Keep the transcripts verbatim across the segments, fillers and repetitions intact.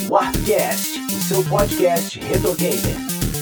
Warpcast, o seu podcast Retro Gamer.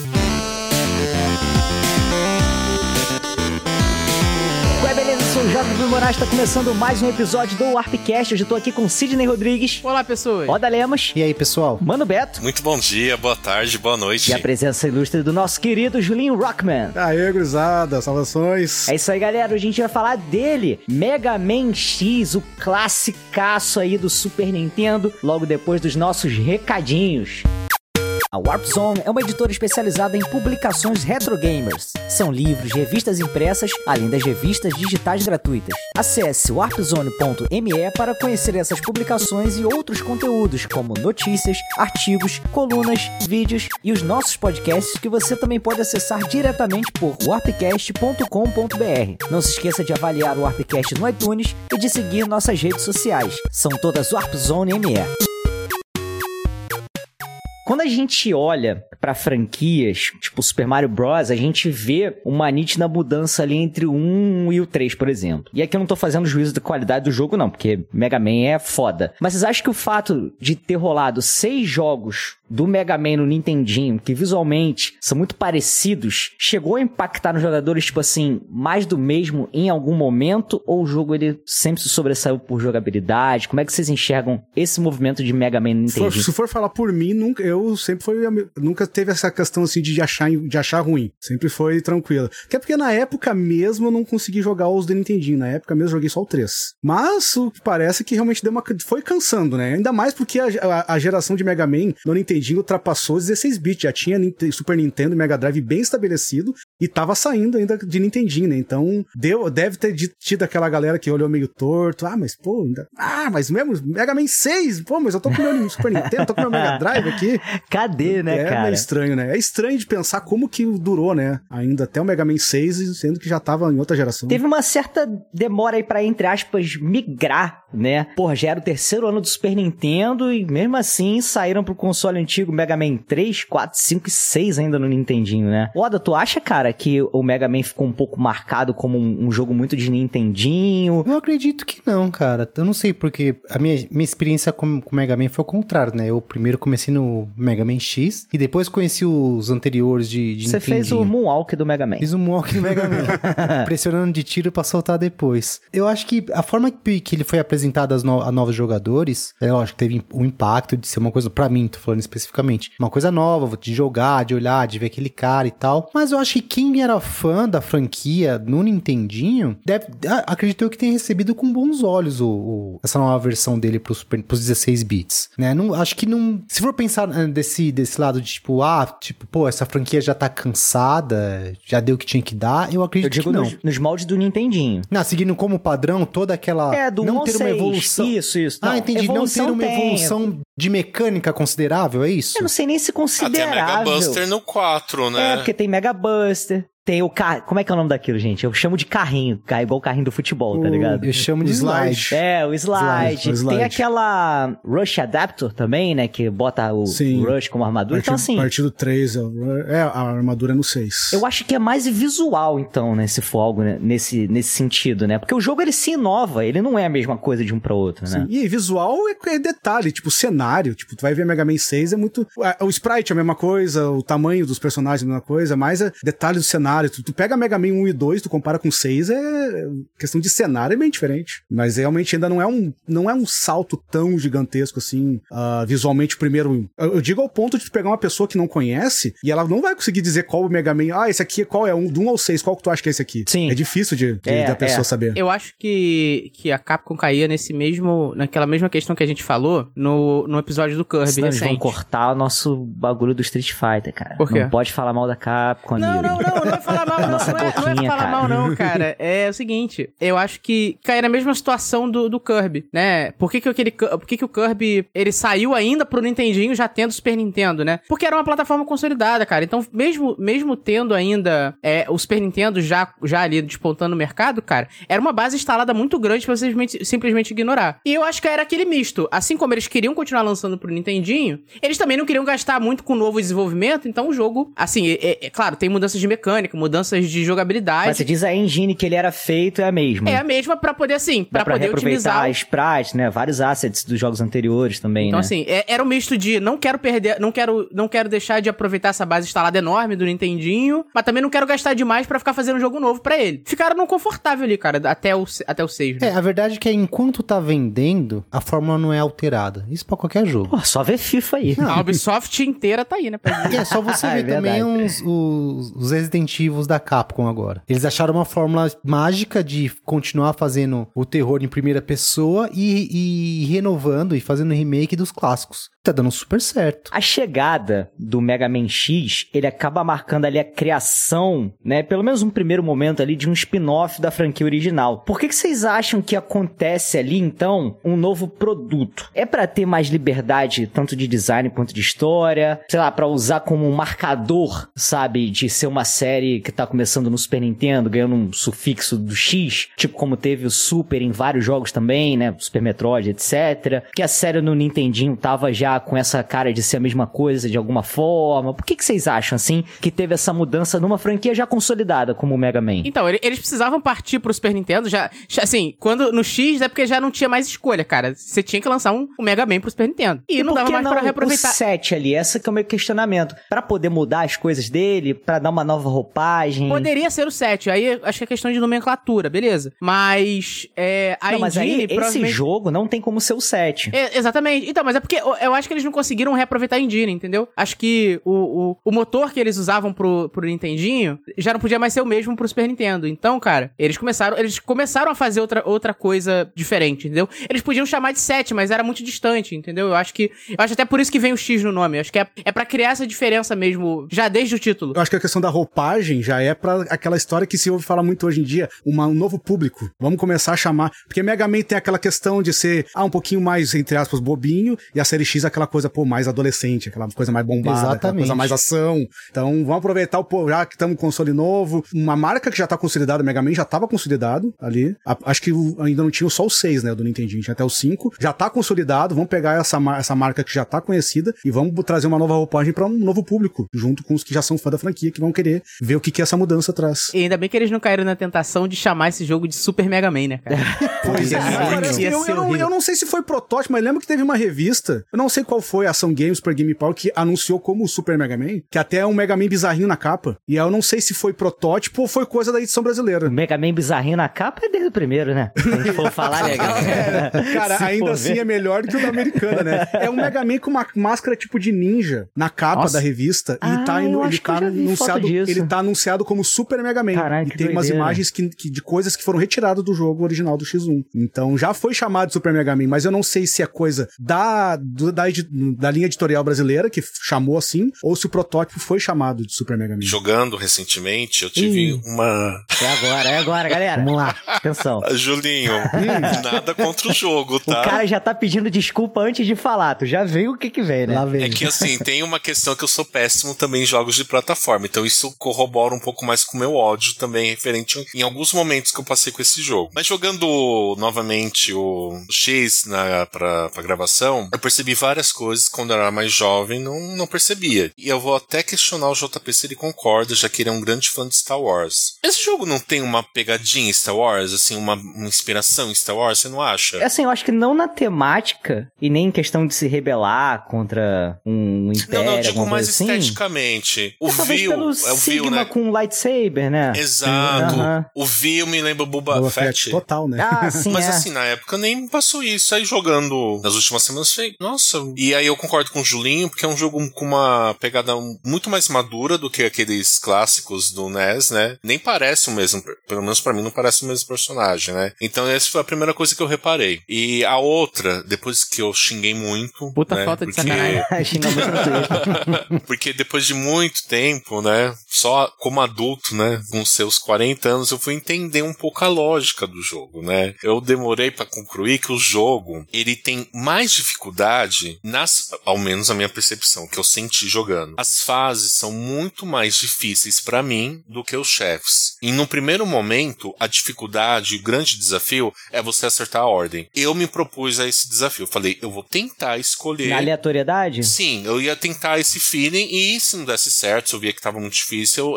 Ué, beleza, eu sou o Jota Moraes, está começando mais um episódio do Warpcast. Hoje eu tô aqui com Sidney Rodrigues. Olá, pessoas. Oda Lemos. E aí, pessoal? Mano Beto. Muito bom dia, boa tarde, boa noite. E a presença ilustre do nosso querido Julinho Rockman. Aê, gurizada, saudações. É isso aí, galera. Hoje a gente vai falar dele, Mega Man X, o classicaço aí do Super Nintendo, logo depois dos nossos recadinhos. A Warp Zone é uma editora especializada em publicações retro gamers. São livros, revistas impressas, além das revistas digitais gratuitas. Acesse warp zone ponto m e para conhecer essas publicações e outros conteúdos, como notícias, artigos, colunas, vídeos e os nossos podcasts que você também pode acessar diretamente por warpcast ponto com ponto b r. Não se esqueça de avaliar o Warpcast no iTunes e de seguir nossas redes sociais. São todas Warp Zone M E. Quando a gente olha pra franquias, tipo Super Mario Bros, a gente vê uma nítida mudança ali entre o um e o três, por exemplo. E aqui eu não tô fazendo juízo da qualidade do jogo, não, porque Mega Man é foda. Mas vocês acham que o fato de ter rolado seis jogos do Mega Man no Nintendinho, que visualmente são muito parecidos, chegou a impactar nos jogadores, tipo assim, mais do mesmo em algum momento? Ou o jogo ele sempre se sobressaiu por jogabilidade? Como é que vocês enxergam esse movimento de Mega Man no Nintendinho? Se for falar por mim, nunca, eu sempre foi, nunca teve essa questão assim de achar, de achar ruim. Sempre foi tranquilo. Até porque na época mesmo eu não consegui jogar os do Nintendinho. Na época mesmo eu joguei só o três. Mas o que parece é que realmente deu uma, foi cansando, né? Ainda mais porque a, a, a geração de Mega Man no Nintendinho ultrapassou os dezesseis bits, já tinha Super Nintendo e Mega Drive bem estabelecido e tava saindo ainda de Nintendinho, né? Então, deu, deve ter tido aquela galera que olhou meio torto, ah, mas pô, ainda, ah, mas mesmo Mega Man seis, pô, mas eu tô com o meu Super Nintendo, tô com o meu Mega Drive aqui. Cadê, né, é, cara? É estranho, né? É estranho de pensar como que durou, né? Ainda até o Mega Man seis, sendo que já tava em outra geração. Teve uma certa demora aí pra, entre aspas, migrar, né? Porra, já era o terceiro ano do Super Nintendo e mesmo assim saíram pro console antigo Mega Man três, quatro, cinco e seis ainda no Nintendinho, né? Oda, tu acha, cara, que o Mega Man ficou um pouco marcado como um, um jogo muito de Nintendinho? Eu acredito que não, cara. Eu não sei, porque a minha, minha experiência com o Mega Man foi o contrário, né? Eu primeiro comecei no Mega Man X e depois conheci os anteriores de, de Você Nintendinho. fez o Moonwalk do Mega Man. Fiz o Moonwalk do Mega Man. Pressionando de tiro pra soltar depois. Eu acho que a forma que, que ele foi apresentado aos no, a novos jogadores, é lógico que teve um impacto de ser uma coisa, pra mim, tô falando especificamente, uma coisa nova, de jogar, de olhar, de ver aquele cara e tal. Mas eu acho que quem era fã da franquia no Nintendinho, deve, acredito eu que tenha recebido com bons olhos o, o, essa nova versão dele pros, pros dezesseis bits, né? Não, acho que não... Se for pensar desse, desse lado de tipo, ah, tipo, pô, essa franquia já tá cansada, já deu o que tinha que dar, eu acredito eu digo que não. Nos, nos moldes do Nintendinho. Não, seguindo como padrão toda aquela... É, do não ter uma evolução. Isso, isso. Ah, não, entendi. Não ter uma tem. evolução de mecânica considerável, é isso? Eu não sei nem se considerável. Até Mega Buster no quatro, né? É, porque tem Mega Buster. Tem o carro... Como é que é o nome daquilo, gente? Eu chamo de carrinho. Igual o carrinho do futebol, o... tá ligado? Eu chamo de slide. É, o slide. slide, o slide. Tem aquela Rush Adapter também, né? Que bota o Sim. Rush como armadura. Partido, então, assim... Partido três, é, a armadura é no seis. Eu acho que é mais visual, então, né? Se for algo né? nesse, nesse sentido, né? Porque o jogo, ele se inova. Ele não é a mesma coisa de um pra outro, né? Sim. E visual é, é detalhe. Tipo, cenário. Tipo, tu vai ver Mega Man seis, é muito... O sprite é a mesma coisa, o tamanho dos personagens é a mesma coisa, mas é detalhe do cenário. Tu, tu pega Mega Mega Man um e dois, tu compara com seis, é questão de cenário é bem diferente. Mas realmente ainda não é um, não é um salto tão gigantesco assim, uh, visualmente primeiro. Eu, eu digo ao ponto de tu pegar uma pessoa que não conhece e ela não vai conseguir dizer qual o Mega Man, ah, esse aqui qual é, um, do um ao seis, qual que tu acha que é esse aqui? Sim. É difícil de, de é, da pessoa é. saber. Eu acho que, que a Capcom caía nesse mesmo, naquela mesma questão que a gente falou no, no episódio do Kirby Senão recente. Eles vão cortar o nosso bagulho do Street Fighter, cara. Por quê? Não pode falar mal da Capcom. Não, amigo. não, não, não é falar mal, não, Nossa não, é, boquinha, não é falar cara. mal não, cara. É o seguinte, eu acho que cai na mesma situação do, do Kirby, né? Por que que, aquele, por que que o Kirby, ele saiu ainda pro Nintendinho já tendo Super Nintendo, né? Porque era uma plataforma consolidada, cara. Então, mesmo, mesmo tendo ainda é, o Super Nintendo já, já ali despontando no mercado, cara, era uma base instalada muito grande pra você simplesmente, simplesmente ignorar. E eu acho que era aquele misto. Assim como eles queriam continuar lançando pro Nintendinho, eles também não queriam gastar muito com novo desenvolvimento, então o jogo, assim, é, é, é claro, tem mudanças de mecânica, mecânica, mudanças de jogabilidade. Mas você diz a engine que ele era feito é a mesma. É a mesma pra poder, assim, pra, Dá pra poder reaproveitar otimizar. as sprites, né? Vários assets dos jogos anteriores também, Então, né? assim, é, era um misto de não quero perder, não quero, não quero deixar de aproveitar essa base instalada enorme do Nintendinho, mas também não quero gastar demais pra ficar fazendo um jogo novo pra ele. Ficaram num confortável ali, cara, até o, até o seis, né? É, a verdade é que enquanto tá vendendo, a fórmula não é alterada. Isso pra qualquer jogo. Pô, só ver FIFA aí. A Ubisoft inteira tá aí, né? pra E é só você É ver também verdade. uns, os, os Resident Evil da Capcom agora. Eles acharam uma fórmula mágica de continuar fazendo o terror em primeira pessoa e, e renovando e fazendo remake dos clássicos. Tá dando super certo. A chegada do Mega Man X, ele acaba marcando ali a criação, né, pelo menos um primeiro momento ali, de um spin-off da franquia original. Por que que vocês acham que acontece ali, então, um novo produto? É pra ter mais liberdade, tanto de design quanto de história? Sei lá, pra usar como um marcador, sabe, de ser uma série que tá começando no Super Nintendo, ganhando um sufixo do X, tipo como teve o Super em vários jogos também, né, Super Metroid, etcétera. Que a série no Nintendinho tava já com essa cara de ser a mesma coisa de alguma forma. Por que que vocês acham, assim, que teve essa mudança numa franquia já consolidada como o Mega Man? Então, ele- eles precisavam partir pro Super Nintendo, já, já, assim, quando no X é porque já não tinha mais escolha, cara. Você tinha que lançar um, um Mega Man pro Super Nintendo. E, não por dava que mais pra reaproveitar. o sete ali? Essa que é o meu questionamento. Pra poder mudar as coisas dele, pra dar uma nova roupagem... Poderia ser o sete, aí acho que é questão de nomenclatura, beleza. Mas, é, a Não, mas aí engine, esse provavelmente... jogo não tem como ser o sete. É, exatamente. Então, mas é porque eu, eu acho que eles não conseguiram reaproveitar a engine, entendeu? Acho que o, o, o motor que eles usavam pro, pro Nintendinho já não podia mais ser o mesmo pro Super Nintendo. Então, cara, eles começaram, eles começaram a fazer outra, outra coisa diferente, entendeu? Eles podiam chamar de sete, mas era muito distante, entendeu? Eu acho que... Eu acho até por isso que vem o X no nome. Eu acho que é, é pra criar essa diferença mesmo, já desde o título. Eu acho que a questão da roupagem já é pra aquela história que se ouve falar muito hoje em dia, uma, um novo público. Vamos começar a chamar... Porque Mega Man tem aquela questão de ser, ah, um pouquinho mais, entre aspas, bobinho, e a série X é aquela coisa, pô, mais adolescente, aquela coisa mais bombada, aquela Exatamente. coisa mais ação. Então, vamos aproveitar, o pô, já que estamos com console novo, uma marca que já tá consolidada, o Mega Man já tava consolidado ali. A, acho que o, ainda não tinha só o seis, né, do Nintendinho, tinha até o cinco. Já tá consolidado, vamos pegar essa, essa marca que já tá conhecida e vamos trazer uma nova roupagem pra um novo público, junto com os que já são fã da franquia, que vão querer ver o que que essa mudança traz. E ainda bem que eles não caíram na tentação de chamar esse jogo de Super Mega Man, né, cara? Pois é, Ia parece que eu, ser eu, não, horrível. eu não sei se foi protótipo, mas lembro que teve uma revista, eu não sei qual foi, a Ação Games Super Game Power, que anunciou como o Super Mega Man, que até é um Mega Man bizarrinho na capa, e eu não sei se foi protótipo ou foi coisa da edição brasileira. O Mega Man bizarrinho na capa é desde o primeiro, né? Se a gente for falar legal. É, cara, Se ainda for assim ver. é melhor do que o da americana, né? É um Mega Man com uma máscara tipo de ninja na capa Nossa. da revista, Ah, e tá, eu inu- acho ele, que eu tá já vi foto anunciado, disso. ele tá anunciado como Super Mega Man. Caralho, e que tem umas doideira. imagens que, que- de coisas que foram retiradas do jogo original do X um. Então já foi chamado de Super Mega Man, mas eu não sei se é coisa da, do- da, edi- da linha editorial brasileira, que chamou assim, ou se o protótipo foi chamado de Super Mega Man. Jogando recentemente, eu tive Ih. uma. É agora, é agora, galera. Vamos lá. Atenção. Ah, Julinho, nada contra o jogo, O tá? cara já tá pedindo desculpa antes de falar. Tu já viu o que que vem, né? Lá vem. É que assim, tem uma questão que eu sou péssimo também em jogos de plataforma, então isso corrobora um pouco mais com o meu ódio também referente em alguns momentos que eu passei com esse jogo. Mas jogando novamente o X na, pra, pra gravação, eu percebi várias coisas que quando eu era mais jovem não, não percebia. E eu vou até questionar o J P se ele concorda, já que ele é um grande fã de Star Wars. Esse jogo não tem uma pegadinha em Star Wars, assim, uma, uma inspiração em Star Wars, você não acha? Assim, eu acho que não na temática e nem em questão de se rebelar contra um império, Não, não, eu digo alguma mais coisa assim. esteticamente. O É, talvez Vil, pelo é o Vil, Sigma né? com lightsaber, né? Exato. Aham. O Vil me lembra o Boba, Boba Fett. Fett total, né? Ah, sim, Mas é. assim, na época nem me passou isso. Aí jogando nas últimas semanas, eu falei, nossa. E aí eu concordo com o Julinho, porque é um jogo com uma pegada muito mais madura do que aqueles clássicos do N E S, né? Nem parece o mesmo, pelo menos pra mim não parece o mesmo personagem, né? Então essa foi a primeira coisa que eu reparei. E a outra, depois que eu xinguei muito, Puta né? falta de porque... sacanagem. Xinga muito no Twitter. Porque depois de muito tempo, né, só como adulto, né, com seus quarenta anos, eu fui entender um pouco a lógica do jogo, né. Eu demorei pra concluir que o jogo, ele tem mais dificuldade, nas, ao menos a minha percepção, que eu senti jogando. As fases são muito mais difíceis pra mim do que os chefes. E no primeiro momento, a dificuldade, o grande desafio é você acertar a ordem. Eu me propus a esse desafio. Eu falei, eu vou tentar escolher... Na aleatoriedade? Sim, eu ia tentar esse feeling e se não desse certo, se eu via que tava muito difícil, eu,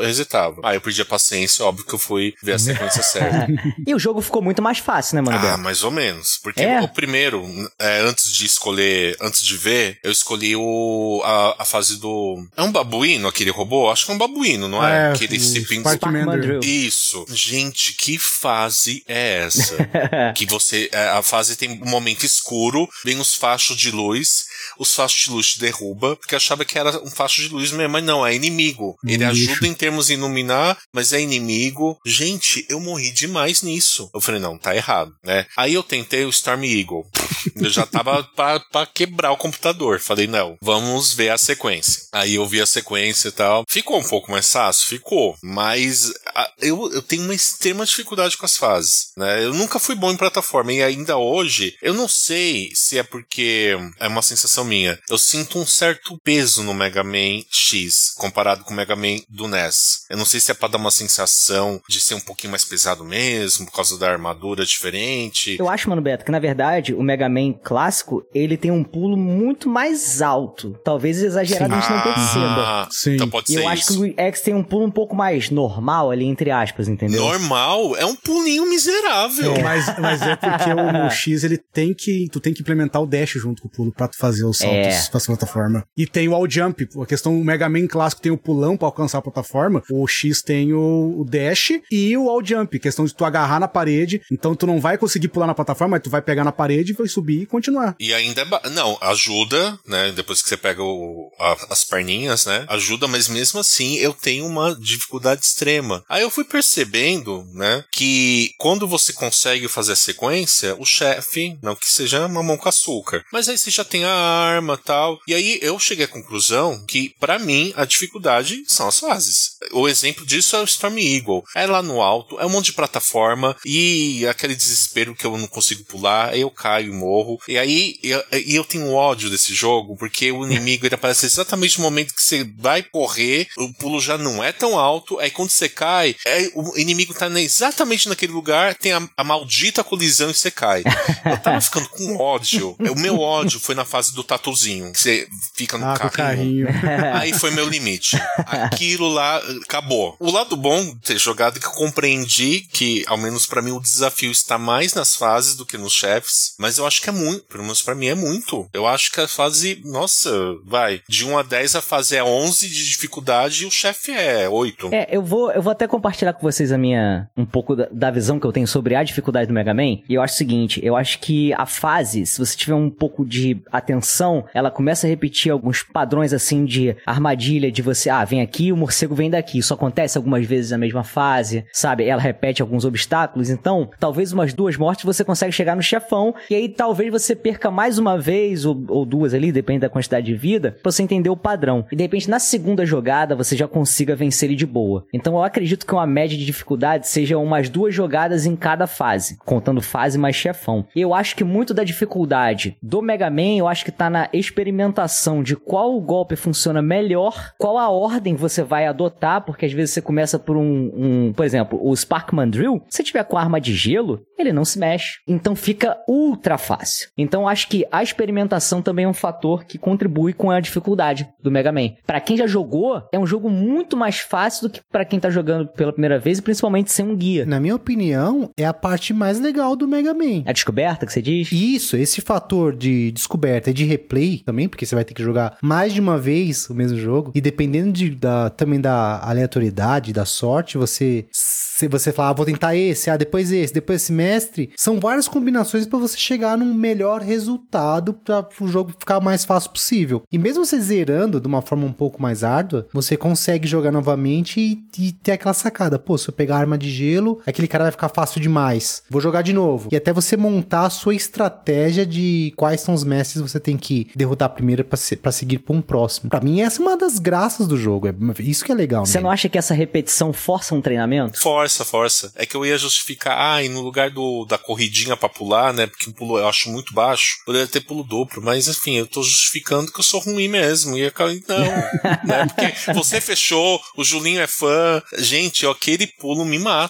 resetava. Aí eu perdi a paciência, óbvio que eu fui ver a sequência certa. E o jogo ficou muito mais fácil, né, mano? Ah, mais ou menos. Porque É? o primeiro, é, antes de escolher, antes de ver, eu escolhi o, a, a fase do... É um babuíno aquele robô? Acho que é um babuíno, não é? É, Aquele o Sip Spark Mandrill. Isso. Gente, que fase é essa? Que você... A fase tem um momento escuro, vem os fachos de luz, os fachos de luz te derruba, porque eu achava que era um facho de luz mesmo, mas não, é inimigo. Ele Um ajuda lixo. em termos de iluminar, mas é inimigo. Gente, eu morri demais nisso. Eu falei, não, tá errado, né? Aí eu tentei o Storm Eagle. Eu já tava pra, pra quebrar o computador. Falei, não, vamos ver a sequência. Aí eu vi a sequência e tal. Ficou um pouco mais fácil? Ficou. Mas a, eu, eu tenho uma extrema dificuldade com as fases, né? Eu nunca fui bom em plataforma. E ainda hoje, eu não sei se é porque é uma sensação minha. Eu sinto um certo peso no Mega Man X, comparado com o Mega Man do N E S. Eu não sei se é pra dar uma sensação de ser um pouquinho mais pesado mesmo, por causa da armadura diferente. Eu acho, mano, Beto, que na verdade o Mega Man clássico, ele tem um pulo muito mais alto. Talvez exagerado a gente não perceba. Ah, Sim. então pode E ser eu acho isso. que o X tem um pulo um pouco mais normal ali, entre aspas, entendeu? Normal? É um pulinho miserável. Mas, mas é porque o, no X ele tem que. Tu tem que implementar o dash junto com o pulo pra tu fazer os saltos É. pra plataforma. E tem o wall jump. A questão, o Mega Man clássico tem o pulão pra alcançar a plataforma. O X tem o, o dash e o wall jump. Questão de tu agarrar na parede. Então tu não vai conseguir pular na plataforma, mas tu vai pegar na parede, vai subir e continuar. E ainda é ba... Não, ajuda, né? Depois que você pega o... a... as perninhas, né? Ajuda, mas mesmo assim eu tenho uma dificuldade extrema. Aí eu fui percebendo, né? Que quando você consegue fazer a sequência, o chefe, não que seja mamão com açúcar, mas aí você já tem a arma e tal. E aí eu cheguei à conclusão que, pra mim, a dificuldade são as fases. O exemplo disso é o Storm Eagle. É lá no alto, é um monte de plataforma e aquele desespero que eu não consigo pular, aí eu caio e morro. E aí eu, eu tenho ódio desse jogo, porque o inimigo ele aparece exatamente no momento que você vai correr, o pulo já não é tão alto, aí quando você cai, é, o inimigo tá exatamente naquele lugar, tem a, a maldita colisão e você cai. Eu tava ficando com ódio. O meu ódio foi na fase do tatuzinho, que você fica no Ah, com o carrinho. carrinho. Aí foi meu limite. Aquilo lá acabou. O lado bom de ter jogado é que eu compreendi que, ao menos pra mim, o desafio está mais nas fases do que nos chefes. Mas eu acho que é muito. Pelo menos pra mim é muito. Eu acho que a fase, nossa, vai. De um a dez a fase é onze de dificuldade e o chefe é oito. É, eu vou, eu vou até compartilhar com vocês a minha, um pouco da, da visão que eu tenho sobre a dificuldade do Mega Man. E eu acho o seguinte, eu acho que a fase, se você tiver um pouco de atenção, ela começa a repetir alguns padrões assim de armadilha, de você, ah, vem aqui, o morcego vem daqui. Isso acontece algumas vezes na mesma fase, sabe? Ela repete alguns obstáculos, então, talvez umas duas mortes você consegue chegar no chefão, e aí talvez você perca mais uma vez, ou, ou duas ali, depende da quantidade de vida, pra você entender o padrão. E de repente, na segunda jogada, você já consiga vencer ele de boa. Então, eu acredito que uma média de dificuldade seja umas duas jogadas em cada fase, contando fase mais chefão. E eu acho que muito da dificuldade do Mega Man, eu acho que tá na experimentação de qual golpe funciona melhor, qual a ordem você vai adotar, porque às vezes você começa por um, um por exemplo, o Spark Mandrill, se tiver com arma de gelo, ele não se mexe. Então fica ultra fácil. Então eu acho que a experimentação também é um fator que contribui com a dificuldade do Mega Man. Pra quem já jogou, é um jogo muito mais fácil do que pra quem tá jogando pela primeira vez, e principalmente sem um guia. Na minha opinião, é a parte mais legal do Mega Man. A descoberta que você diz? Isso, esse fator de descoberta e de replay também, porque você vai ter que jogar mais de uma vez o mesmo jogo, e dependendo de, da, também da aleatoriedade, da sorte, você, se você falar, ah, vou tentar esse, ah, depois esse, depois esse mestre, são várias combinações pra você chegar num melhor resultado para o jogo ficar o mais fácil possível. E mesmo você zerando de uma forma um pouco mais árdua, você consegue jogar novamente e, e ter aquela sacada. Pô, se eu pegar arma de gelo, aquele cara vai ficar fácil demais. Vou jogar de novo. E até você montar a sua estratégia de quais são os mestres você tem que derrotar primeiro pra, se, pra seguir pra um próximo. Pra mim, essa é uma das graças do jogo. É isso que é legal. Você nele. não acha que essa repetição força um treinamento? Força, força. É que eu ia justificar, ah, e no lugar do, da corridinha pra pular, né, porque o pulo eu acho muito baixo, poderia ter pulo duplo, mas enfim, eu tô justificando que eu sou ruim mesmo, e eu, não, né, porque você fechou, o Julinho é fã, gente, ó, aquele pulo me mata.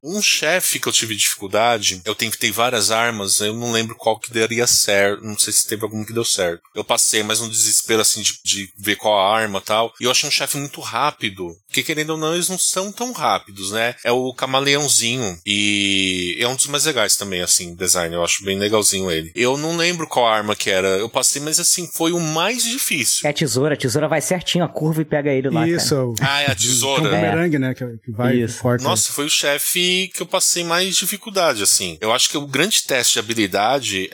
Um chefe que eu tive dificuldade, eu tentei várias armas, eu não lembro qual que daria certo, não sei se teve algum que deu certo. Eu passei, mas no desespero, assim, de, de ver qual a arma e tal, e eu achei um chefe muito rápido, porque querendo ou não, eles não são tão rápidos, né? É o camaleãozinho, e é um dos mais legais também, assim, design, eu acho bem legalzinho ele. Eu não lembro qual arma que era, eu passei, mas assim, foi o mais difícil. É a tesoura, a tesoura vai certinho a curva e pega ele lá, Isso. cara. Ah, é a tesoura. Tem um bumerangue, né, que que vai Isso. forte. Nossa, foi o chefe que eu passei mais dificuldade, assim. Eu acho que o grande teste de habilidade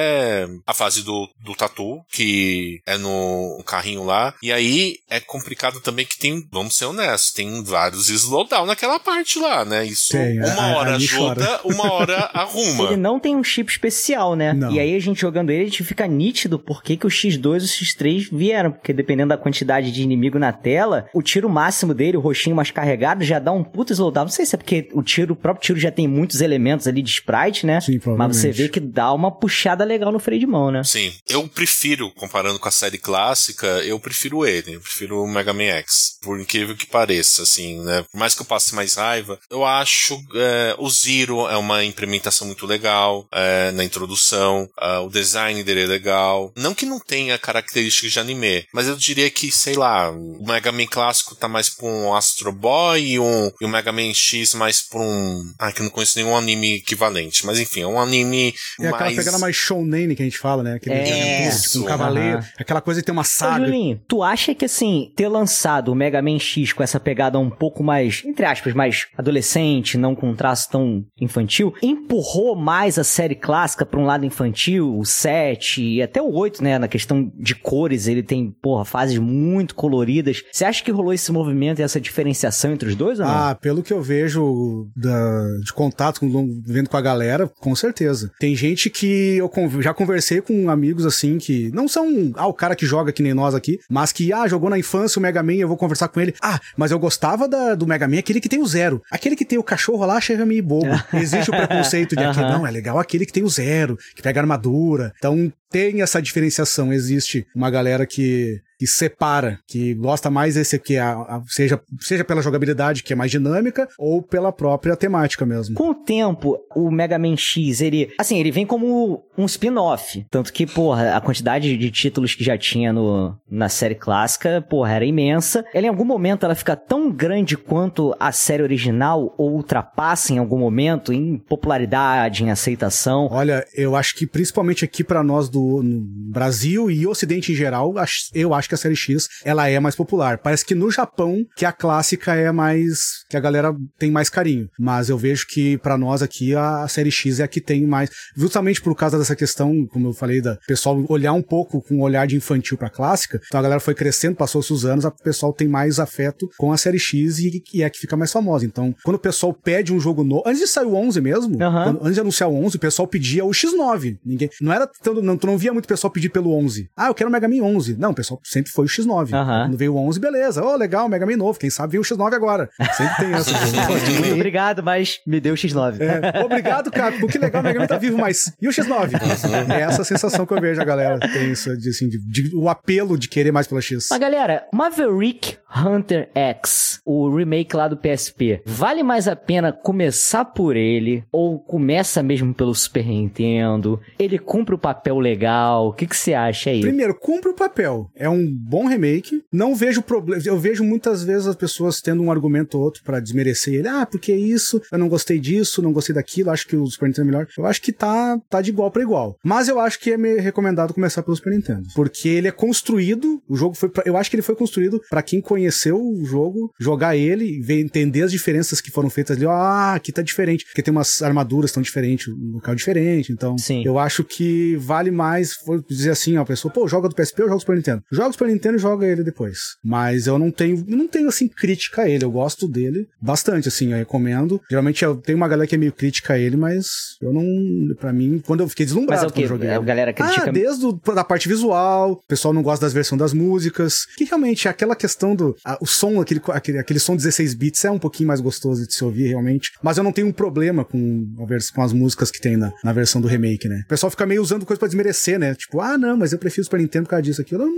é a fase do, do tatu, que é no carrinho lá. E aí é complicado também que tem, vamos ser honestos, tem vários slowdown naquela parte lá, né? Isso Tem, uma a- hora ali ajuda, chora. uma hora arruma. Ele não tem um chip especial, né? Não. E aí a gente jogando ele, a gente fica nítido por que que o xis dois e o xis três vieram. Porque dependendo da quantidade de inimigo na tela, o tiro máximo dele, o roxinho mais carregado, já dá um puto slowdown. Não sei se é porque o tiro, o próprio tiro já tem muitos elementos ali de sprite, né? Sim, Mas provavelmente. você vê que dá uma puxada legal no freio de mão, né? Sim, eu prefiro, comparando com a série clássica, eu prefiro ele, eu prefiro o Mega Man X, por incrível que pareça, assim, né, por mais que eu passe mais raiva, eu acho é, o Zero é uma implementação muito legal, é, na introdução, é, o design dele é legal, não que não tenha características de anime, mas eu diria que, sei lá, o Mega Man clássico tá mais pra um Astro Boy e, um, e o Mega Man X mais pra um, ah, que eu não conheço nenhum anime equivalente, mas enfim, é um anime É aquela mais... pegada mais shounen que a gente fala, né? Aquele É. tipo um cavaleiro, Aham. aquela coisa que tem uma Ô, saga. Julinho, tu acha que, assim, ter lançado o Mega Man X com essa pegada um pouco mais, entre aspas, mais adolescente, não com um traço tão infantil, empurrou mais a série clássica pra um lado infantil, o sete e até o oito, né? Na questão de cores, ele tem, porra, fases muito coloridas. Você acha que rolou esse movimento e essa diferenciação entre os dois ou não? Ah, pelo que eu vejo da, de contato, com, vendo com a galera, com certeza. Tem gente que eu conv- já conversei com amigos assim, que não são, ah, o cara que joga que nem nós aqui, mas que, ah, jogou na infância o Mega Man, eu vou conversar com ele. Ah, mas eu gostava da, do Mega Man, aquele que tem o zero. Aquele que tem o cachorro lá, chega meio bobo. Existe o preconceito de aquele, Aham. não, é legal aquele que tem o zero, que pega armadura. Então, tem essa diferenciação, existe uma galera que, que separa, que gosta mais desse aqui, a, a, seja, seja pela jogabilidade, que é mais dinâmica, ou pela própria temática mesmo. Com o tempo, o Mega Man X, ele... Assim, ele vem como um spin-off. Tanto que, porra, a quantidade de títulos que já tinha no, na série clássica, porra, era imensa. Ela, em algum momento, ela fica tão grande quanto a série original, ou ultrapassa em algum momento em popularidade, em aceitação. Olha, eu acho que principalmente aqui pra nós do no Brasil e Ocidente em geral, ach- eu acho que a série X, ela é mais popular. Parece que no Japão, que a clássica é mais... que a galera tem mais carinho. Mas eu vejo que pra nós aqui, a, a série X é a que tem mais... Justamente por causa dessa questão, como eu falei, da pessoal olhar um pouco com um olhar de infantil pra clássica. Então a galera foi crescendo, passou-se os anos, o pessoal tem mais afeto com a série X e, e é a que fica mais famosa. Então, quando o pessoal pede um jogo novo... Antes de sair o onze mesmo, Aham. quando- antes de anunciar o onze, o pessoal pedia o X nove. Ninguém... Não era... tanto- Não, tu não via muito pessoal pedir pelo onze. Ah, eu quero o Mega Man onze. Não, o pessoal sempre foi o X nove. Aham. Quando veio o onze, beleza. Oh, legal, Mega Man novo. Quem sabe veio o X nove agora. Sempre tem essa. Muito obrigado, mas me deu o X nove. É, obrigado, Capcom. Que legal, o Mega Man tá vivo, mas e o X nove? É essa sensação que eu vejo a galera tem isso, de, assim, de, de- o apelo de querer mais pela X. Mas galera, Maverick Hunter X, o remake lá do P S P, vale mais a pena começar por ele ou começa mesmo pelo Super Nintendo? Ele cumpre o papel legal? O que que você acha aí? Primeiro, cumpre o papel. É um bom remake. Não vejo problema. Eu vejo muitas vezes as pessoas tendo um argumento ou outro pra desmerecer ele. Ah, porque isso? Eu não gostei disso, não gostei daquilo. Acho que o Super Nintendo é melhor. Eu acho que tá, tá de igual pra igual. Mas eu acho que é meio recomendado começar pelo Super Nintendo. Porque ele é construído. O jogo foi. Pra, eu acho que ele foi construído pra quem conheceu o jogo, jogar ele e ver, entender as diferenças que foram feitas ali. Ah, aqui tá diferente. Porque tem umas armaduras tão diferentes, um local diferente. Então, Sim. eu acho que vale mais, vou dizer assim, ó, a pessoa, pô, joga do P S P ou joga do Super Nintendo? Joga do Super Nintendo e joga ele depois. Mas eu não tenho, eu não tenho, assim, crítica a ele. Eu gosto dele bastante, assim, eu recomendo. Geralmente eu tenho uma galera que é meio crítica a ele, mas eu não, pra mim, quando eu fiquei deslumbrado Mas é o quando eu quê? joguei A ele. galera critica... Ah, desde o, da parte visual, o pessoal não gosta das versões das músicas, que realmente é aquela questão do, a, o som, aquele, aquele, aquele som dezesseis bits é um pouquinho mais gostoso de se ouvir, realmente, mas eu não tenho um problema com, a vers- com as músicas que tem na, na versão do remake, né? O pessoal fica meio usando coisa pra desmerecer, né? Tipo, ah, não, mas eu prefiro o Super Nintendo por causa disso aqui. Eu não, não gosto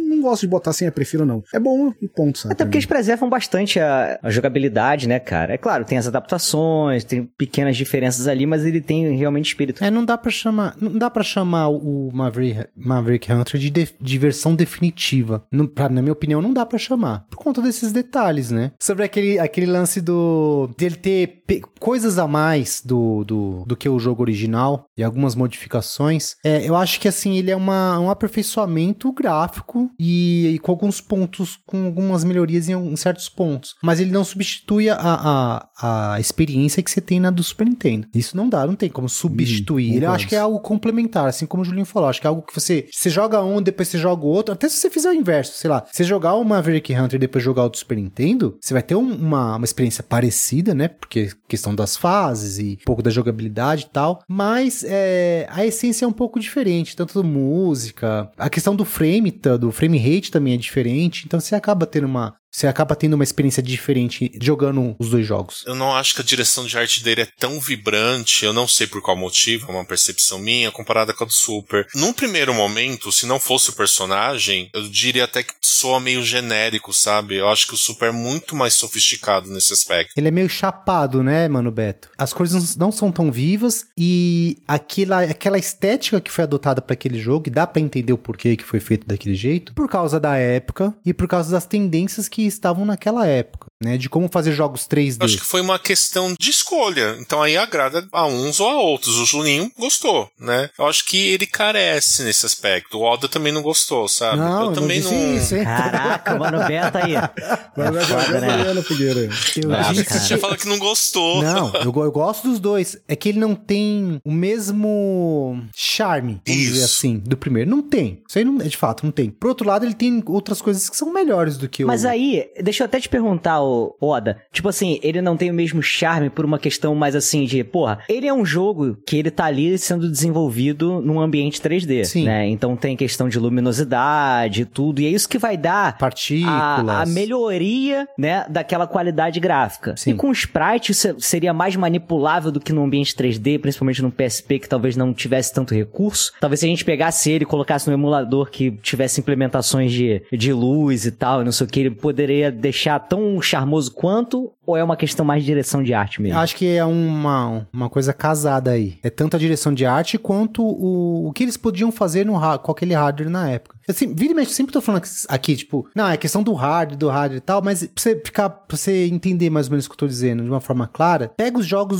de botar assim, é prefiro não. É bom e ponto, sabe? Até porque eles preservam bastante a, a jogabilidade, né, cara? É claro, tem as adaptações, tem pequenas diferenças ali, mas ele tem realmente espírito. É, não dá pra chamar, não dá pra chamar o Maverick, Maverick Hunter de, de, de versão definitiva. No, pra, na minha opinião, não dá pra chamar. Por conta desses detalhes, né? Sobre aquele, aquele lance do... dele ter pe- coisas a mais do, do, do que o jogo original e algumas modificações. É, eu acho que, assim, ele é uma, um aperfeiçoamento gráfico e, e com alguns pontos, com algumas melhorias em, em certos pontos. Mas ele não substitui a, a, a experiência que você tem na do Super Nintendo. Isso não dá, não tem como substituir. Hum, ele, eu acho que é algo complementar, assim como o Julinho falou. Acho que é algo que você, você joga um, depois você joga o outro. Até se você fizer o inverso, sei lá. Você jogar o Maverick Hunter e depois jogar o do Super Nintendo, você vai ter um, uma, uma experiência parecida, né? Porque questão das fases e um pouco da jogabilidade e tal. Mas é, a essência é um pouco diferente, tanto da música. A questão do frame, do frame rate também é diferente. Então você acaba tendo uma... Você acaba tendo uma experiência diferente jogando os dois jogos. Eu não acho que a direção de arte dele é tão vibrante, eu não sei por qual motivo, é uma percepção minha, comparada com a do Super. Num primeiro momento, se não fosse o personagem, eu diria até que soa meio genérico, sabe? Eu acho que o Super é muito mais sofisticado nesse aspecto. Ele é meio chapado, né, Mano Beto? As coisas não são tão vivas e aquela, aquela estética que foi adotada para aquele jogo, e dá pra entender o porquê que foi feito daquele jeito, por causa da época e por causa das tendências que estavam naquela época, né? De como fazer jogos três D. Eu acho que foi uma questão de escolha. Então aí agrada a uns ou a outros. O Juninho gostou, né? Eu acho que ele carece nesse aspecto. O Oda também não gostou, sabe? Não, eu também não. não... Isso, hein? Caraca, Mano Beto aí. Mas é foda, né? Figueira. Eu Ah, disse- você já fala que não gostou. Não, eu, go- eu gosto dos dois. É que ele não tem o mesmo charme, vamos Isso. dizer assim, do primeiro. Não tem. Isso aí, não, de fato, não tem. Por outro lado, ele tem outras coisas que são melhores do que o... Mas aí, deixa eu até te perguntar, ô, Oda. Tipo assim, ele não tem o mesmo charme por uma questão mais assim de, porra, ele é um jogo que ele tá ali sendo desenvolvido num ambiente três D, Sim. né? Então tem questão de luminosidade e tudo, e é isso que vai dar Partículas. a, a melhoria, né, daquela qualidade gráfica. Sim. E com o sprite isso seria mais manipulável do que no ambiente três D, principalmente no P S P, que talvez não tivesse tanto recurso. Talvez se a gente pegasse ele e colocasse no emulador que tivesse implementações de, de luz e tal, e não sei o que, ele poderia deixar tão charmoso quanto, ou é uma questão mais de direção de arte mesmo? Acho que é uma, uma coisa casada aí. É tanto a direção de arte quanto o, o que eles podiam fazer no, ha- com aquele hardware na época. Assim, vira e mexe, sempre tô falando aqui, tipo, não, é questão do hardware, do hardware e tal, mas pra você ficar, pra você entender mais ou menos o que eu tô dizendo de uma forma clara, pega os jogos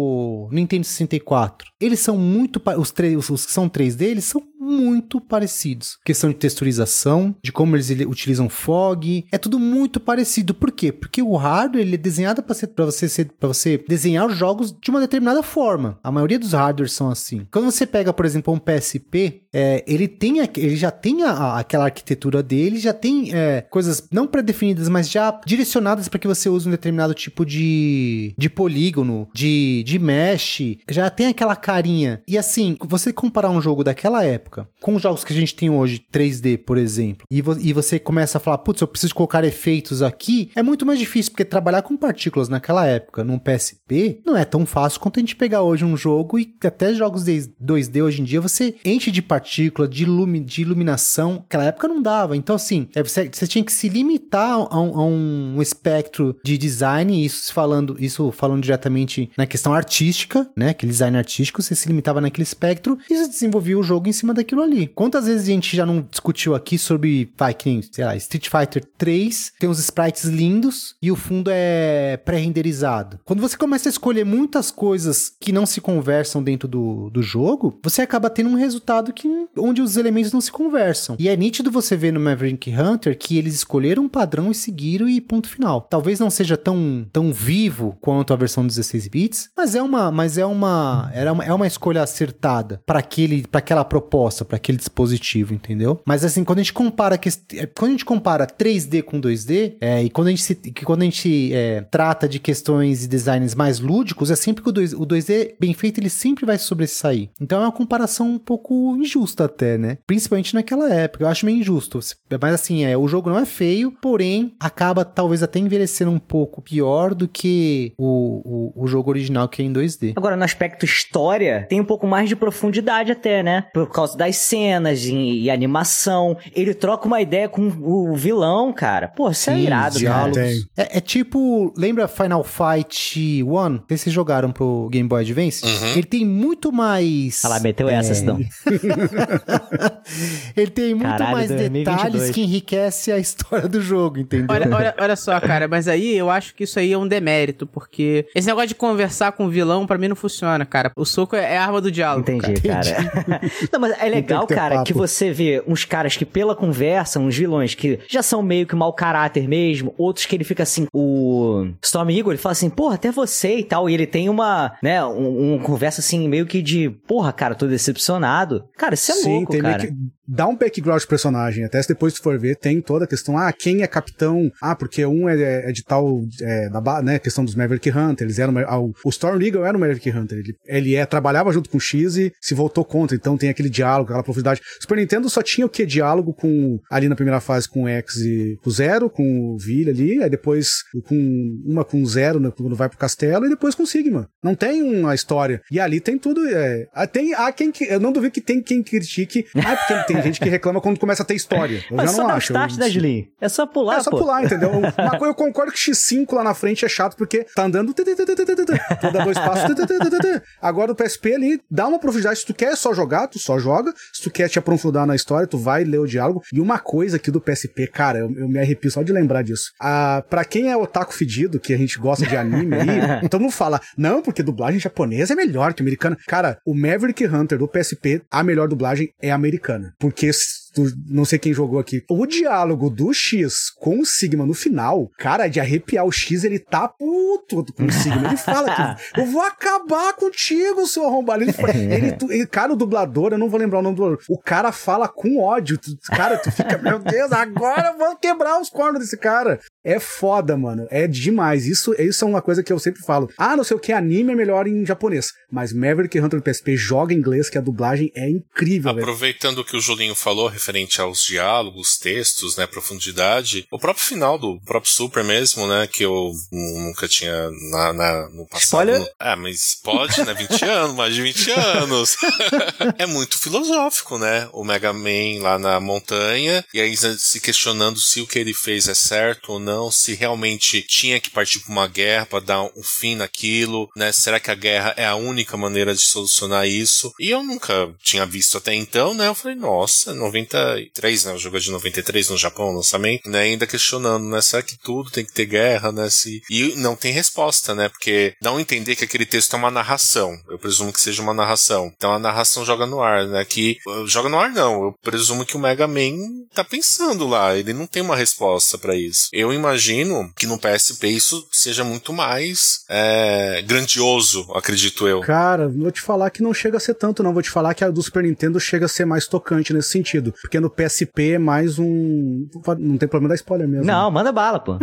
do Nintendo sessenta e quatro. Eles são muito, pa- os, três, os, os que são três D, eles são muito parecidos. Questão de texturização, de como eles ele- utilizam fog, é tudo muito parecido. Por quê? Porque o hardware, ele é desenhado pra, ser, pra, você, ser, pra você desenhar os jogos de uma determinada forma. A maioria dos hardwares são assim. Quando você pega, por exemplo, um P S P, é, ele, tem, a- ele já tem a, a- aquela arquitetura dele, já tem é, coisas não pré-definidas, mas já direcionadas para que você use um determinado tipo de, de polígono, de, de mesh, já tem aquela carinha. E assim, você comparar um jogo daquela época com os jogos que a gente tem hoje, três D, por exemplo, e, vo- e você começa a falar, putz, eu preciso colocar efeitos aqui, é muito mais difícil, porque trabalhar com partículas naquela época, num P S P, não é tão fácil quanto a gente pegar hoje um jogo e até jogos de dois D hoje em dia, você enche de partícula, de, ilumi- de iluminação, naquela época não dava. Então, assim, é, você, você tinha que se limitar a um, a um espectro de design, isso falando, isso falando diretamente na questão artística, né? Aquele design artístico, você se limitava naquele espectro e você desenvolvia o jogo em cima daquilo ali. Quantas vezes a gente já não discutiu aqui sobre, vai, que nem, sei lá, Street Fighter três, tem uns sprites lindos e o fundo é pré-renderizado. Quando você começa a escolher muitas coisas que não se conversam dentro do, do jogo, você acaba tendo um resultado que, onde os elementos não se conversam. E é nítido você ver no Maverick Hunter que eles escolheram um padrão e seguiram e ponto final. Talvez não seja tão, tão vivo quanto a versão dezesseis bits, mas é uma, mas é uma, era uma, é uma escolha acertada para aquele, para aquela proposta, para aquele dispositivo, entendeu? Mas assim, quando a gente compara que, quando a gente compara três D com dois D, é, e quando a gente se, que quando a gente é, trata de questões e designs mais lúdicos, é sempre que o, dois, o dois D bem feito, ele sempre vai sobressair. Então é uma comparação um pouco injusta até, né? Principalmente naquela época. Eu acho meio injusto. Mas assim, é, o jogo não é feio, porém acaba talvez até envelhecendo um pouco pior do que o, o, o jogo original que é em dois D. Agora, no aspecto história, tem um pouco mais de profundidade até, né? Por causa da nas cenas e, e animação. Ele troca uma ideia com o vilão, cara. Pô, isso é irado, cara. É, é tipo, lembra Final Fight um? Não sei se vocês jogaram pro Game Boy Advance. Uhum. Ele tem muito mais... Ah lá, meteu é... essa, Sidão. Ele tem muito Caralho, mais dois mil e vinte e dois. Detalhes que enriquece a história do jogo, entendeu? Olha, olha, olha só, cara, mas aí eu acho que isso aí é um demérito, porque esse negócio de conversar com o vilão, pra mim, não funciona, cara. O soco é a arma do diálogo. Entendi, cara. cara. Não, mas é legal, que cara, papo. que você vê uns caras que pela conversa, uns vilões que já são meio que mau caráter mesmo, outros que ele fica assim, o Storm Eagle, ele fala assim, porra, até você e tal, e ele tem uma, né, um, um conversa assim, meio que de, porra, cara, tô decepcionado. Cara, isso é Sim, louco, tem cara. Meio que dá um background pro personagem, até se depois tu for ver, tem toda a questão, ah, quem é capitão, ah, porque um é, é de tal, é, da, né, questão dos Maverick Hunter, eles eram, o, o Storm Eagle era um Maverick Hunter, ele, ele é, trabalhava junto com o X e se voltou contra, então tem aquele diálogo, aquela profundidade. Super Nintendo só tinha o que? Diálogo com, ali na primeira fase com o X e com o Zero, com o Villa ali, aí depois com uma com o Zero, né, quando vai pro castelo, e depois com o Sigma. Não tem uma história. E ali tem tudo, é, tem, há quem, eu não duvido que tem quem critique, ah, porque tem gente que reclama quando começa a ter história. Eu Mas já só não dá o acho. start, né, Julinho? É só pular, É só pô. pular, entendeu? Uma coisa, eu concordo que X cinco lá na frente é chato porque tá andando, tu dá dois passos, agora o P S P ali dá uma profundidade. Se tu quer só jogar, tu só joga. Se tu quer te aprofundar na história, tu vai ler o diálogo. E uma coisa aqui do P S P, cara, eu, eu me arrepio só de lembrar disso. Ah, pra quem é otaku fedido, que a gente gosta de anime aí, todo mundo fala, não, porque dublagem japonesa é melhor que americana. Cara, o Maverick Hunter do P S P, a melhor dublagem é americana. Porque não sei quem jogou aqui. O diálogo do X com o Sigma no final, cara, é de arrepiar. O X, ele tá puto com o Sigma. Ele fala que eu vou acabar contigo, seu arrombado. Ele, ele, ele, cara, o dublador, eu não vou lembrar o nome do dublador. O cara fala com ódio. Tu, cara, tu fica, meu Deus, agora eu vou quebrar os cornos desse cara. É foda, mano. É demais. Isso, isso é uma coisa que eu sempre falo. Ah, não sei o que, anime é melhor em japonês. Mas Maverick Hunter do P S P joga em inglês, que a dublagem é incrível, velho. Aproveitando o que o Julinho falou, referente aos diálogos, textos, né, profundidade, o próprio final do próprio Super mesmo, né, que eu nunca tinha na, na, no passado. Spoiler? No, ah, mas pode, né, vinte anos, mais de vinte anos. É muito filosófico, né, o Mega Man lá na montanha, e aí se questionando se o que ele fez é certo ou não, se realmente tinha que partir para uma guerra para dar um fim naquilo, né, será que a guerra é a única maneira de solucionar isso? E eu nunca tinha visto até então, né, eu falei, nossa, noventa e três, né, o jogo é de noventa e três no Japão, o lançamento, né, ainda questionando, né, será que tudo tem que ter guerra, né, se... E não tem resposta, né, porque dá um entender que aquele texto é uma narração, eu presumo que seja uma narração, então a narração joga no ar, né, que... Joga no ar não, eu presumo que o Mega Man tá pensando lá, ele não tem uma resposta pra isso. Eu imagino que no P S P isso seja muito mais é, grandioso, acredito eu. Cara, vou te falar que não chega a ser tanto, não, vou te falar que a do Super Nintendo chega a ser mais tocante nesse sentido, porque no P S P é mais um... Não tem problema da spoiler mesmo. Não, manda bala, pô.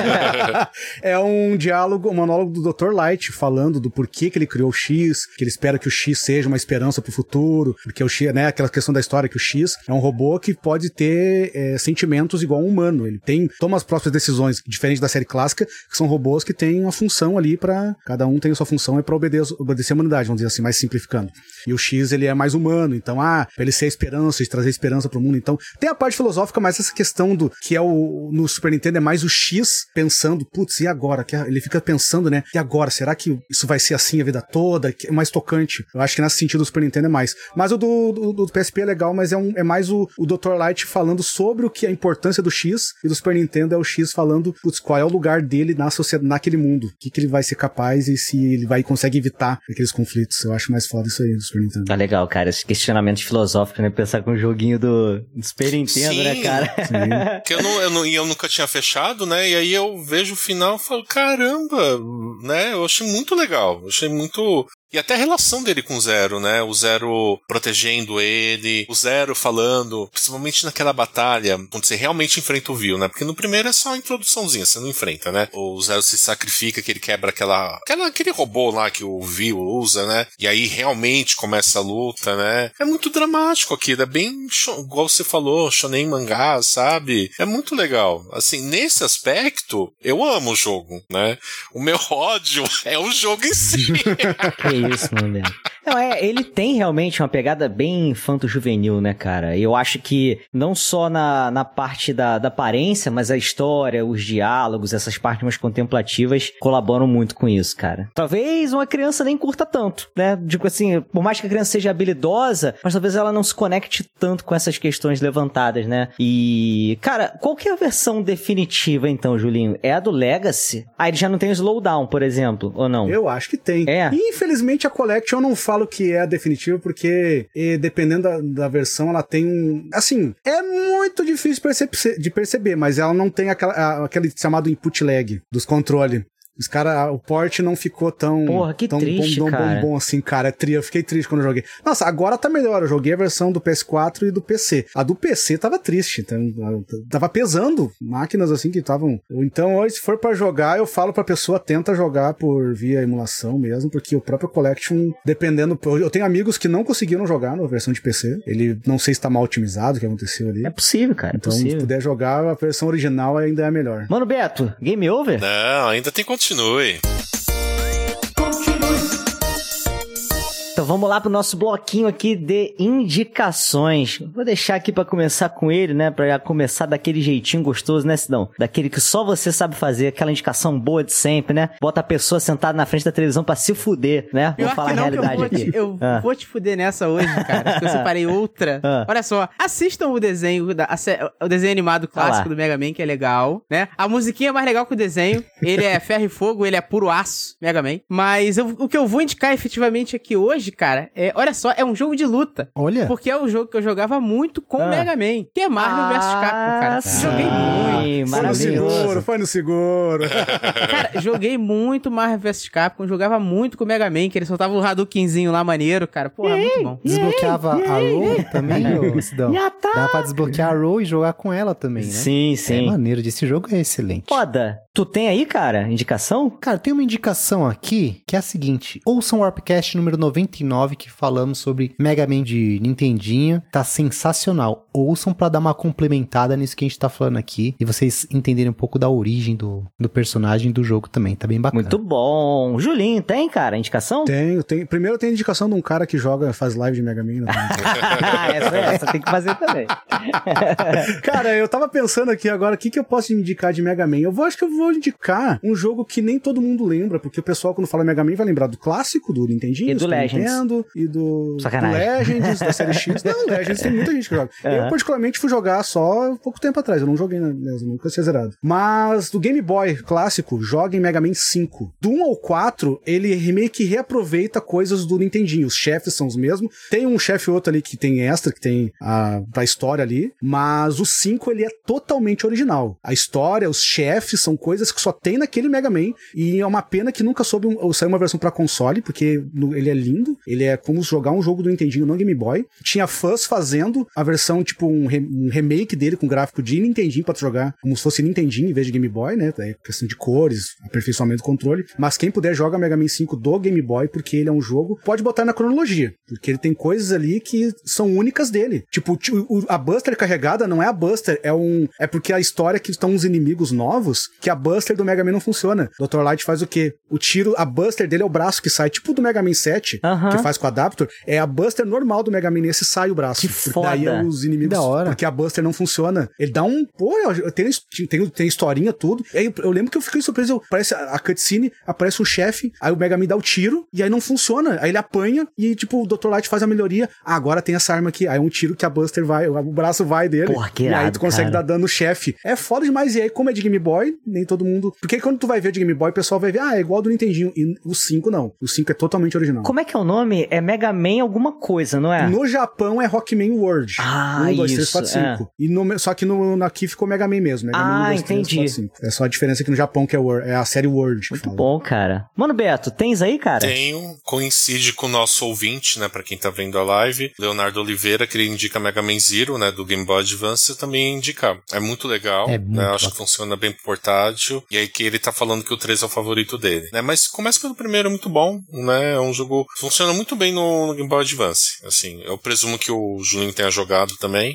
É um diálogo, um monólogo do doutor Light falando do porquê que ele criou o X, que ele espera que o X seja uma esperança pro futuro, porque o X, né, aquela questão da história que o X é um robô que pode ter é, sentimentos igual a um humano, ele tem, toma as próprias decisões, diferente da série clássica, que são robôs que têm uma função ali pra, cada um tem a sua função, é pra obedecer, obedecer a humanidade, vamos dizer assim, mais simplificando. E o X, ele é mais humano, então, ah, pra ele ser a esperança, de trazer esperança pro mundo, então, tem a parte filosófica, mas essa questão do, que é o, no Super Nintendo é mais o X pensando, putz, e agora? Ele fica pensando, né, e agora? Será que isso vai ser assim a vida toda? É mais tocante. Eu acho que nesse sentido o Super Nintendo é mais. Mas o do, do, do P S P é legal, mas é, um, é mais o, o doutor Light falando sobre o que é a importância do X, e do Super Nintendo é o X falando, putz, qual é o lugar dele na sociedade, naquele mundo. O que, que ele vai ser capaz e se ele vai consegue evitar aqueles conflitos. Eu acho mais foda isso aí do Super Nintendo. Tá legal, cara. Esse questionamento filosófico, né? Pensar com um joguinho do, do Super Nintendo, Sim, né, cara? Sim. Que eu, não, eu, não, eu nunca tinha fechado, né? E aí eu vejo o final e falo, caramba, né? Eu achei muito legal. Eu achei muito... E até a relação dele com o Zero, né? O Zero protegendo ele, o Zero falando, principalmente naquela batalha, quando você realmente enfrenta o Vil, né? Porque no primeiro é só uma introduçãozinha, você não enfrenta, né? O Zero se sacrifica, que ele quebra aquela, aquela aquele robô lá que o Vil usa, né? E aí realmente começa a luta, né? É muito dramático aquilo, é bem, igual você falou, shonen mangá, sabe? É muito legal. Assim, nesse aspecto, eu amo o jogo, né? O meu ódio é o jogo em si. Que isso, meu Deus. Não, é, ele tem realmente uma pegada bem infanto-juvenil, né, cara? Eu acho que não só na, na parte da, da aparência, mas a história, os diálogos, essas partes mais contemplativas colaboram muito com isso, cara. Talvez uma criança nem curta tanto, né? Digo assim, por mais que a criança seja habilidosa, mas talvez ela não se conecte tanto com essas questões levantadas, né? E, cara, qual que é a versão definitiva, então, Julinho? É a do Legacy? Ah, ele já não tem o slowdown, por exemplo, ou não? Eu acho que tem. É. E, infelizmente, a Collection eu não falo que é a definitiva, porque e, dependendo da, da versão, ela tem um... Assim, é muito difícil perce- de perceber, mas ela não tem aquela, a, aquele chamado input lag dos controles. Os caras, o port não ficou tão... Porra, que tão triste, bom, bom, cara. bom, bom assim, cara. É tri, eu fiquei triste quando eu joguei. Nossa, agora tá melhor. Eu joguei a versão do P S quatro e do P C. A do P C tava triste. Então, tava pesando máquinas assim que estavam... Então, hoje, se for pra jogar, eu falo pra pessoa, tenta jogar por via emulação mesmo, porque o próprio Collection, dependendo... Eu tenho amigos que não conseguiram jogar na versão de P C. Ele, não sei se tá mal otimizado, o que aconteceu ali. É possível, cara. É então, possível. se puder jogar, a versão original ainda é melhor. Mano, Beto, game over? Não, ainda tem continue. Então vamos lá pro nosso bloquinho aqui de indicações. Vou deixar aqui pra começar com ele, né? Pra já começar daquele jeitinho gostoso, né, Sidão? Daquele que só você sabe fazer, aquela indicação boa de sempre, né? Bota a pessoa sentada na frente da televisão pra se fuder, né? Pior Vou falar que não, a realidade que eu vou aqui. Te, eu ah. vou te fuder nessa hoje, cara. Eu separei outra. Ah. Olha só, assistam o desenho, da, a, o desenho animado clássico Ah do Mega Man, que é legal, né? A musiquinha é mais legal que o desenho. Ele é ferro e fogo, ele é puro aço, Mega Man. Mas eu, o que eu vou indicar efetivamente aqui hoje, cara, é... Olha só, é um jogo de luta. Olha. Porque é um jogo que eu jogava muito com o Ah. Mega Man, que é Marvel versus. Capcom, cara. sim. Joguei muito. Foi no seguro, Maravilhoso. foi no seguro. Cara, joguei muito Marvel versus. Capcom, jogava muito com o Mega Man, que ele soltava o Hadoukenzinho lá maneiro, cara. Porra, muito bom. Desbloqueava a Roll também, ô Sidão? Já tá. Dá pra desbloquear a Roll e jogar com ela também, né? Sim, É sim. maneiro, esse jogo é excelente. Foda. Tu tem aí, cara, indicação? Cara, tem uma indicação aqui que é a seguinte: ouçam o Warpcast número noventa e nove, que falamos sobre Mega Man de Nintendinho. Tá sensacional. Ouçam pra dar uma complementada nisso que a gente tá falando aqui e vocês entenderem um pouco da origem do, do personagem do jogo também. Tá bem bacana. Muito bom. Julinho, tem, cara, indicação? Tenho, tenho. Primeiro tem indicação de um cara que joga, faz live de Mega Man. Né? Ah, essa, essa tem que fazer também. Cara, eu tava pensando aqui agora, o que, que eu posso indicar de Mega Man? Eu vou, acho que eu vou indicar um jogo que nem todo mundo lembra, porque o pessoal, quando fala Mega Man, vai lembrar do clássico, do Nintendinho, E do Super Legends. Nintendo, e do, do Sacanagem. Legends, da série X. Não, Legends tem muita gente que joga. Uhum. Eu, particularmente, fui jogar só pouco tempo atrás, eu não joguei mesmo, nunca tinha zerado. Mas, do Game Boy clássico, joga em Mega Man cinco. Do um ao quatro, ele meio que reaproveita coisas do Nintendinho. Os chefes são os mesmos. Tem um chefe ou outro ali que tem extra, que tem a, a história ali, mas o cinco, ele é totalmente original. A história, os chefes, são coisas que só tem naquele Mega Man, e é uma pena que nunca soube um, sair uma versão pra console, porque no, ele é lindo, ele é como jogar um jogo do Nintendinho no Game Boy. Tinha fãs fazendo a versão, tipo, um, re, um remake dele com gráfico de Nintendinho pra tu jogar como se fosse Nintendinho em vez de Game Boy, né? É questão de cores, aperfeiçoamento do controle. Mas quem puder joga Mega Man cinco do Game Boy, porque ele é um jogo, pode botar na cronologia, porque ele tem coisas ali que são únicas dele. Tipo, o, a Buster carregada não é a Buster, é um... É porque a história que estão uns inimigos novos, que a Buster do Mega Man não funciona. doutor Light faz o quê? O tiro, a Buster dele é o braço que sai, tipo do Mega Man sete, Uhum. que faz com o Adaptor, é a Buster normal do Mega Man, esse sai o braço. Que Porque foda. daí é os inimigos... Da hora. Porque a Buster não funciona. Ele dá um... Pô, tem, tem, tem historinha, tudo. E aí eu, eu lembro que eu fiquei surpreso, eu, aparece a, a cutscene, aparece o chefe, aí o Mega Man dá o tiro, e aí não funciona. Aí ele apanha, e tipo, o doutor Light faz a melhoria. Ah, agora tem essa arma aqui. Aí é um tiro que a Buster vai, o braço vai dele. Porra, que e aí irado, tu consegue cara. dar dano no chefe. É foda demais. E aí, como é de Game Boy, nem todo mundo... Porque quando tu vai ver de Game Boy, o pessoal vai ver, ah, é igual ao do Nintendinho. E o cinco não. O cinco é totalmente original. Como é que é o nome? É Mega Man alguma coisa, não é? No Japão é Rockman World. Ah, um, dois, isso, três, quatro, cinco. E no, só que no, aqui ficou Mega Man mesmo. Mega Ah, Man um, dois, entendi. três, quatro, cinco. É só a diferença aqui no Japão, que é, World, é a série World. que Muito fala. bom, cara. Mano, Beto, tens aí, cara? Tenho, coincide com o nosso ouvinte, né, pra quem tá vendo a live, Leonardo Oliveira, que ele indica Mega Man Zero, né, do Game Boy Advance, eu também indicar. É muito legal, É muito né, acho bacana. que funciona bem pro portátil, e aí que ele tá falando que o três é o favorito dele, né, mas começa pelo primeiro, é muito bom, né, é um jogo funciona muito bem no, no Game Boy Advance. Assim, eu presumo que o Julinho tenha jogado também.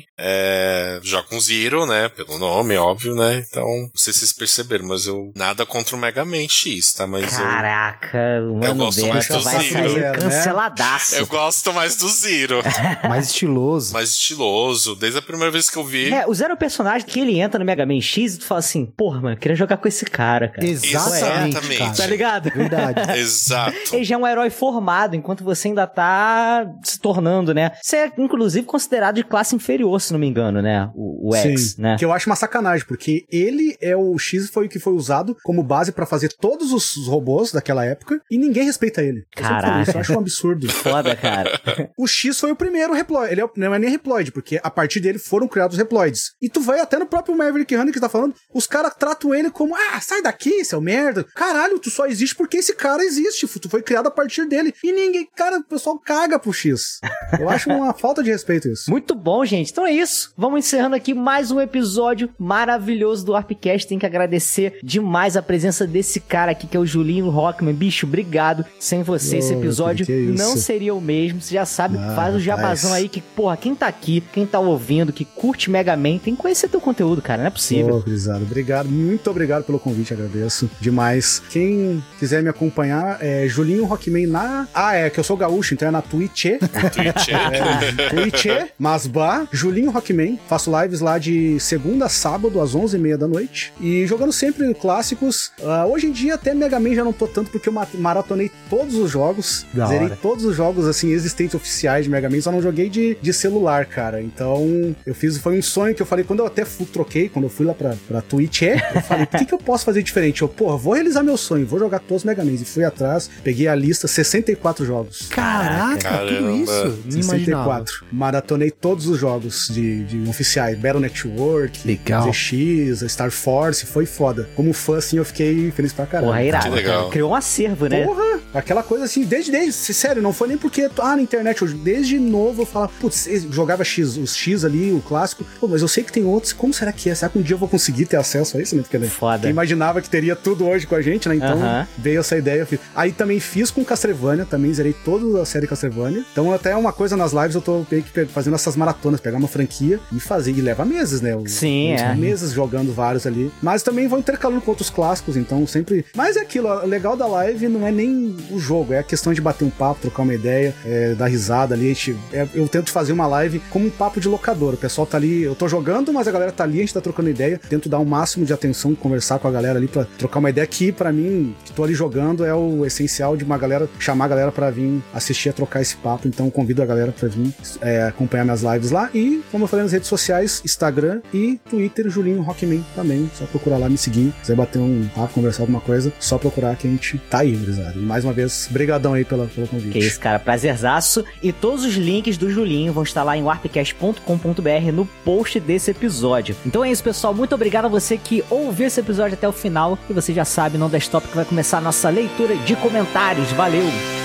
É, já com Zero, né? Pelo nome, óbvio, né? Então, não sei se vocês perceberam, mas eu nada contra o Mega Man X, tá? Mas Caraca, eu, o Mano eu gosto mais do vai Zero. sair canceladaço. Eu gosto mais do Zero. Mais estiloso. Mais estiloso. Desde a primeira vez que eu vi. É, o Zero é o personagem que ele entra no Mega Man X e tu fala assim, porra, mano, eu queria jogar com esse cara, cara. Exatamente, Exatamente. cara. Tá ligado? Verdade. Exato. Ele já é um herói formado, enquanto você ainda tá se tornando, né? Você é, inclusive, considerado de classe inferior, se não me engano, né? O, o X, Sim, né? que eu acho uma sacanagem, porque ele é o X foi o que foi usado como base pra fazer todos os robôs daquela época e ninguém respeita ele. Eu sempre falo isso, eu acho um absurdo. Foda, cara. O X foi o primeiro Reploid, ele é, não é nem Reploid, porque a partir dele foram criados os Reploids. E tu vai até no próprio Maverick Hunter que tá falando, os caras tratam ele como, ah, sai daqui, seu merda. Caralho, tu só existe porque esse cara existe, tu foi criado a partir dele. E ninguém, cara, o pessoal caga pro X. Eu acho uma falta de respeito isso. Muito bom, gente. Então é isso. Vamos encerrando aqui mais um episódio maravilhoso do Warpcast. Tem que agradecer demais a presença desse cara aqui, que é o Julinho Rockman. Bicho, obrigado. Sem você, oh, esse episódio que que é não seria o mesmo. Você já sabe, ah, faz o jabazão aí que, porra, quem tá aqui, quem tá ouvindo, que curte Mega Man, tem que conhecer teu conteúdo, cara. Não é possível. Ô, Crisado, obrigado. Muito obrigado pelo convite, agradeço demais. Quem quiser me acompanhar, é Julinho Rockman na... Ah, é, que eu sou gaúcho, então é na Twitch. Twitch. É, Twitch, Masba, Julinho Rockman. Faço lives lá de segunda a sábado, às onze e meia da noite. E jogando sempre clássicos. Uh, hoje em dia, até Mega Man já não tô tanto, porque eu maratonei todos os jogos. Da zerei hora. todos os jogos, assim, existentes oficiais de Mega Man, só não joguei de, de celular, cara. Então, eu fiz, foi um sonho que eu falei, quando eu até fui, troquei, quando eu fui lá pra, pra Twitch, eu falei, o que que eu posso fazer diferente? Eu, porra, vou realizar meu sonho, vou jogar todos os Mega Mans. E fui atrás, peguei a lista, sessenta e quatro jogos. Caraca, Caramba. tudo isso? Não sessenta e quatro. Maratonei todos os jogos de, de oficiais. Battle Network, legal. Z X, Star Force, foi foda. Como fã, assim, eu fiquei feliz pra caralho. Porra, irado. Que legal. Criou um acervo, né? Porra, aquela coisa assim, desde, desde, sério, não foi nem porque, ah, na internet, eu, desde novo eu falava, putz, jogava X, os X ali, o clássico, pô, mas eu sei que tem outros, como será que é? Será que um dia eu vou conseguir ter acesso a isso, né? Porque, né, foda. Quem imaginava que teria tudo hoje com a gente, né? Então, uh-huh. veio essa ideia. Eu fiz. Aí também fiz com Castlevania, também zerei toda a série Castlevania. Então, até uma coisa nas lives, eu tô meio que fazendo essas maratonas, pegar uma franquia e fazer, e leva meses, né? Eu, Sim, eu, é. Meses jogando vários ali. Mas também vou intercalando com outros clássicos, então sempre... Mas é aquilo, o legal da live não é nem o jogo, é a questão de bater um papo, trocar uma ideia, é, dar risada ali. A gente, é, eu tento fazer uma live como um papo de locador. O pessoal tá ali, eu tô jogando, mas a galera tá ali, a gente tá trocando ideia. Tento dar o máximo de atenção, conversar com a galera ali pra trocar uma ideia que, pra mim, que tô ali jogando, é o essencial de uma galera, chamar a galera pra vir assistir, a trocar esse papo. Então, convido a galera pra vir é, acompanhar minhas lives lá. E, como eu falei nas redes sociais, Instagram e Twitter, Julinho Rockman também. Só procurar lá, me seguir. Se quiser bater um papo, conversar alguma coisa, só procurar que a gente tá aí, gurizada. E mais uma vez, brigadão aí pela, pelo convite. Que isso, cara, prazerzaço. E todos os links do Julinho vão estar lá em warpcast ponto com ponto b r no post desse episódio. Então é isso, pessoal. Muito obrigado a você que ouviu esse episódio até o final. E você já sabe, não deixe top que vai começar a nossa leitura de comentários. Valeu!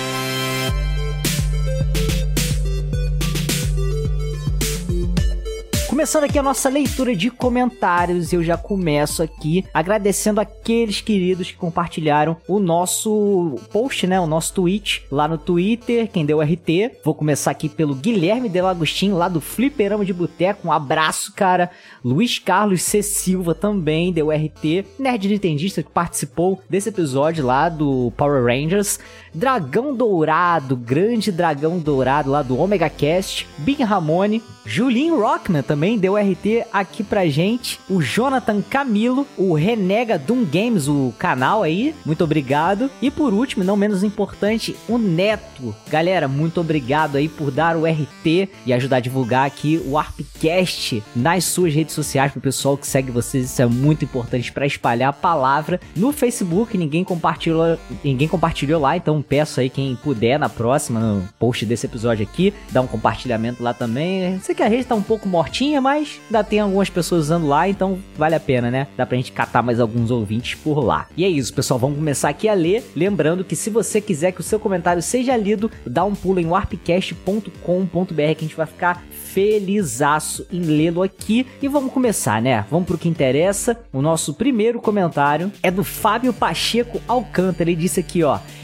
Começando aqui a nossa leitura de comentários, eu já começo aqui agradecendo aqueles queridos que compartilharam o nosso post, né, o nosso tweet lá no Twitter, quem deu R T. Vou começar aqui pelo Guilherme Delagostin, lá do Fliperama de Boteco, um abraço, cara. Luiz Carlos C. Silva também deu R T. Nerd Nintendista que participou desse episódio lá do Power Rangers. Dragão Dourado, grande Dragão Dourado lá do Omega Cast. Bin Ramone, Julinho Rockman também deu R T aqui pra gente. O Jonathan Camilo, o Renega Doom Games, o canal aí, muito obrigado. E por último, não menos importante, o Neto. Galera, muito obrigado aí por dar o R T e ajudar a divulgar aqui o Warpcast nas suas redes sociais pro pessoal que segue vocês. Isso é muito importante pra espalhar a palavra. No Facebook, ninguém compartilhou, ninguém compartilhou lá, então peço aí quem puder na próxima, no post desse episódio aqui, dar um compartilhamento lá também. Sei que a rede tá um pouco mortinha, mas ainda tem algumas pessoas usando lá, então vale a pena, né? Dá pra gente catar mais alguns ouvintes por lá. E é isso, pessoal, vamos começar aqui a ler. Lembrando que se você quiser que o seu comentário seja lido, dá um pulo em warpcast ponto com ponto b r que a gente vai ficar felizaço em lê-lo aqui. E vamos começar, né? Vamos pro que interessa. O nosso primeiro comentário é do Fábio Pacheco Alcântara. Ele disse aqui, ó: eu não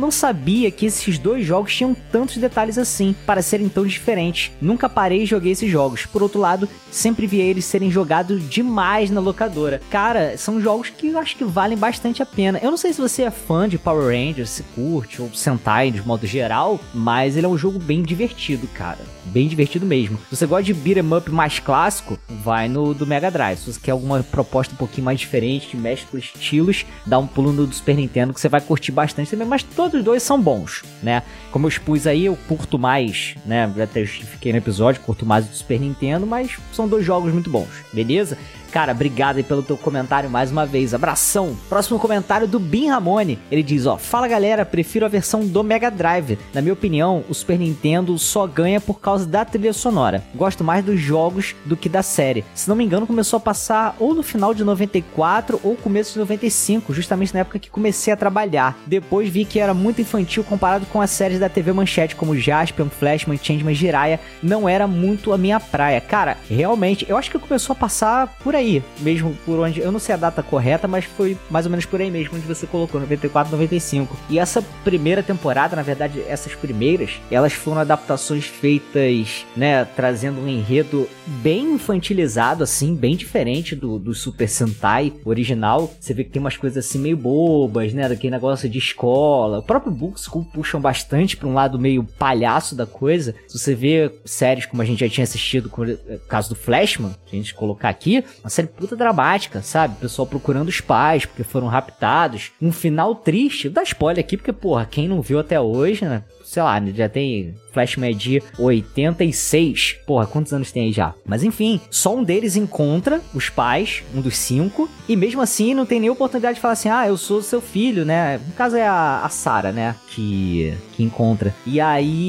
não sabia que esses dois jogos tinham tantos detalhes assim, para serem tão diferentes. Nunca parei e joguei esses jogos. Por outro lado, sempre vi eles serem jogados demais na locadora. Cara, são jogos que eu acho que valem bastante a pena. Eu não sei se você é fã de Power Rangers, se curte, ou Sentai de modo geral, mas ele é um jogo bem divertido, cara. Bem divertido mesmo. Se você gosta de beat'em up mais clássico, vai no do Mega Drive. Se você quer alguma proposta um pouquinho mais diferente, que mexe com estilos, dá um pulo no do Super Nintendo que você vai curtir bastante também, mas todos os dois são bons, né? Como eu expus aí, eu curto mais, né? Eu até justifiquei no episódio, curto mais o do Super Nintendo, mas são dois jogos muito bons, beleza? Cara, obrigado aí pelo teu comentário mais uma vez. Abração. Próximo comentário do Bin Ramone. Ele diz, ó, fala galera, prefiro a versão do Mega Drive. Na minha opinião, o Super Nintendo só ganha por causa da trilha sonora. Gosto mais dos jogos do que da série. Se não me engano, começou a passar ou no final de noventa e quatro ou começo de noventa e cinco, justamente na época que comecei a trabalhar. Depois vi que era muito infantil comparado com as séries da T V Manchete, como Jaspion, Flashman, Changeman, Jiraiya. Não era muito a minha praia. Cara, realmente, eu acho que começou a passar por aí, mesmo por onde, eu não sei a data correta, mas foi mais ou menos por aí mesmo onde você colocou, noventa e quatro, noventa e cinco. E essa primeira temporada, na verdade, essas primeiras, elas foram adaptações feitas, né, trazendo um enredo bem infantilizado, assim, bem diferente do, do Super Sentai original. Você vê que tem umas coisas assim meio bobas, né, daquele negócio de escola. O próprio Book School puxam bastante pra um lado meio palhaço da coisa. Se você vê séries como a gente já tinha assistido, como o caso do Flashman, a gente colocar aqui, uma série puta dramática, sabe? O pessoal procurando os pais porque foram raptados. Um final triste. Vou dar spoiler aqui porque, porra, quem não viu até hoje, né? Sei lá, já tem Flashman de oitenta e seis. Porra, quantos anos tem aí já? Mas enfim, só um deles encontra os pais, um dos cinco, e mesmo assim não tem nem oportunidade de falar assim, ah, eu sou seu filho, né? No caso é a, a Sarah, né? Que, que encontra. E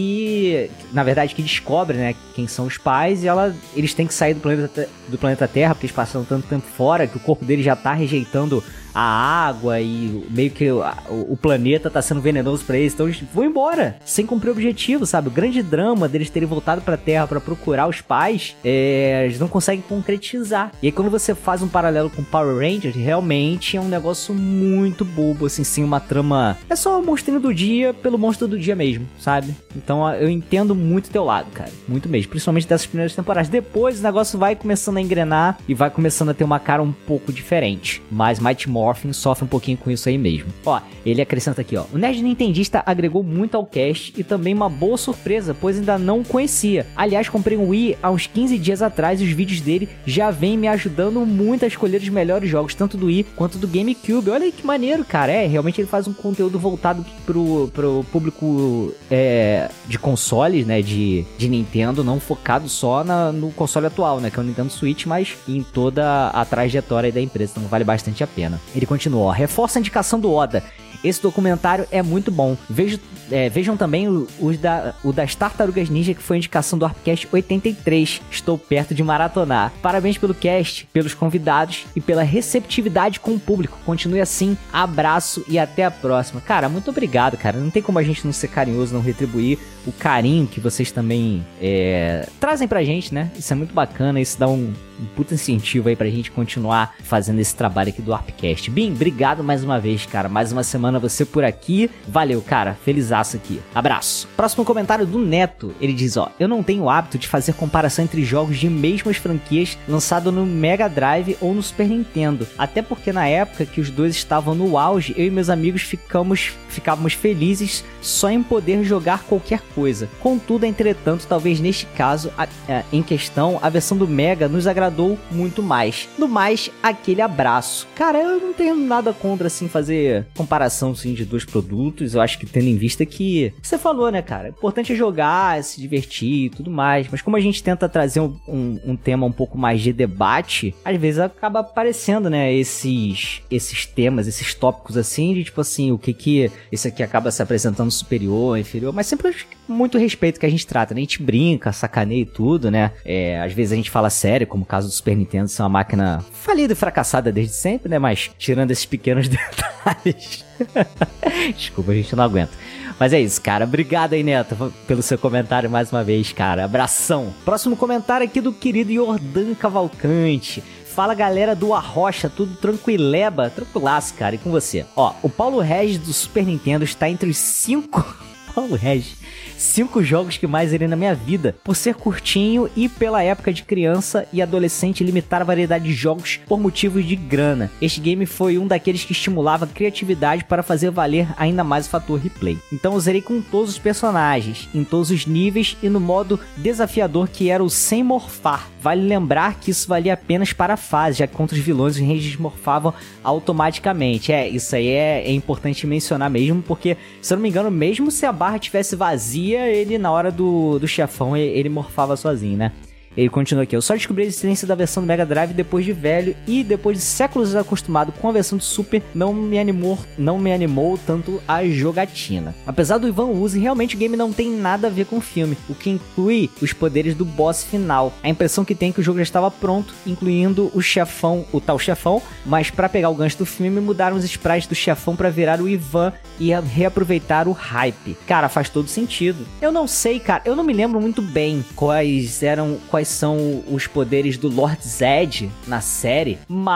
aí, na verdade, que descobre, né? Quem são os pais, e ela, eles têm que sair do planeta, do planeta Terra, porque eles passaram tanto tempo fora, que o corpo deles já tá rejeitando a água e meio que o, o planeta tá sendo venenoso pra eles, então eles vão embora, sem cumprir o objetivo, sabe? O grande drama deles terem voltado pra Terra pra procurar os pais, é, eles não conseguem concretizar. E aí quando você faz um paralelo com Power Rangers, realmente é um negócio muito bobo, assim, sem uma trama... É só o monstrinho do dia pelo monstro do dia mesmo, sabe? Então eu entendo muito teu lado, cara, muito mesmo, principalmente dessas primeiras temporadas. Depois o negócio vai começando a engrenar e vai começando a ter uma cara um pouco diferente, mas Mighty Morphin sofre um pouquinho com isso aí mesmo. Ó, ele acrescenta aqui, ó, o Nerd Nintendista agregou muito ao cast e também uma boa surpresa, pois ainda não conhecia. Aliás, comprei um Wii há uns quinze dias atrás e os vídeos dele já vêm me ajudando muito a escolher os melhores jogos, tanto do Wii quanto do GameCube. Olha aí que maneiro, cara. É, realmente ele faz um conteúdo voltado pro, pro público é, de consoles, né, de, de Nintendo, não focado só na, no console atual, né, que é o Nintendo Switch, mas em toda a trajetória da empresa, então vale bastante a pena. Ele continua, ó, reforça a indicação do Oda. Esse documentário é muito bom. Vejo, é, vejam também o, o, da, o das Tartarugas Ninja, que foi a indicação do Arpcast oitenta e três. Estou perto de maratonar. Parabéns pelo cast, pelos convidados e pela receptividade com o público. Continue assim, abraço e até a próxima. Cara, muito obrigado, cara. Não tem como a gente não ser carinhoso, não retribuir o carinho que vocês também é, trazem pra gente, né? Isso é muito bacana, isso dá um, um puta incentivo aí pra gente continuar fazendo esse trabalho aqui do Arpcast. Bim, obrigado mais uma vez, cara. Mais uma semana você por aqui. Valeu, cara. Felizaço aqui. Abraço. Próximo comentário do Neto. Ele diz, ó, eu não tenho o hábito de fazer comparação entre jogos de mesmas franquias lançados no Mega Drive ou no Super Nintendo. Até porque na época que os dois estavam no auge, eu e meus amigos ficamos, ficávamos felizes só em poder jogar qualquer coisa. Contudo, entretanto, talvez neste caso a, a, em questão, a versão do Mega nos agradou muito mais. No mais, aquele abraço. Cara, eu não tenho nada contra, assim, fazer comparação sim, de dois produtos. Eu acho que tendo em vista que você falou, né, cara, o importante é jogar, se divertir e tudo mais, mas como a gente tenta trazer um, um, um tema um pouco mais de debate, às vezes acaba aparecendo, né, esses, esses temas, esses tópicos assim, de tipo assim, o que que esse aqui acaba se apresentando superior, inferior, mas sempre muito respeito que a gente trata, né, a gente brinca, sacaneia e tudo, né, é, às vezes a gente fala sério, como o caso do Super Nintendo ser uma máquina falida e fracassada desde sempre, né, mas tirando esses pequenos detalhes desculpa, a gente não aguenta. Mas é isso, cara. Obrigado aí, Neto, pelo seu comentário mais uma vez, cara. Abração. Próximo comentário aqui do querido Jordan Cavalcante. Fala galera do Arrocha, tudo tranquileba, tranquilaço, cara, e com você? Ó, o Paulo Regis do Super Nintendo está entre os cinco... Paulo Regis... Cinco jogos que mais irei na minha vida, por ser curtinho e pela época de criança e adolescente limitar a variedade de jogos por motivos de grana. Este game foi um daqueles que estimulava a criatividade para fazer valer ainda mais o fator replay. Então eu zerei com todos os personagens, em todos os níveis e no modo desafiador que era o sem morfar. Vale lembrar que isso valia apenas para a fase, já que contra os vilões os ranges morfavam automaticamente. É, isso aí é, é importante mencionar mesmo, porque, se eu não me engano, mesmo se a barra tivesse vazia, ele na hora do, do chefão, ele, ele morfava sozinho, né? Ele continua aqui. Eu só descobri a existência da versão do Mega Drive depois de velho e depois de séculos acostumado com a versão do Super, não me animou, não me animou tanto a jogatina. Apesar do Ivan Uzi, realmente o game não tem nada a ver com o filme, o que inclui os poderes do boss final. A impressão que tem é que o jogo já estava pronto, incluindo o chefão, o tal chefão, mas para pegar o gancho do filme, mudaram os sprites do chefão para virar o Ivan e reaproveitar o hype. Cara, faz todo sentido. Eu não sei, cara, eu não me lembro muito bem quais eram, quais são os poderes do Lord Zed na série,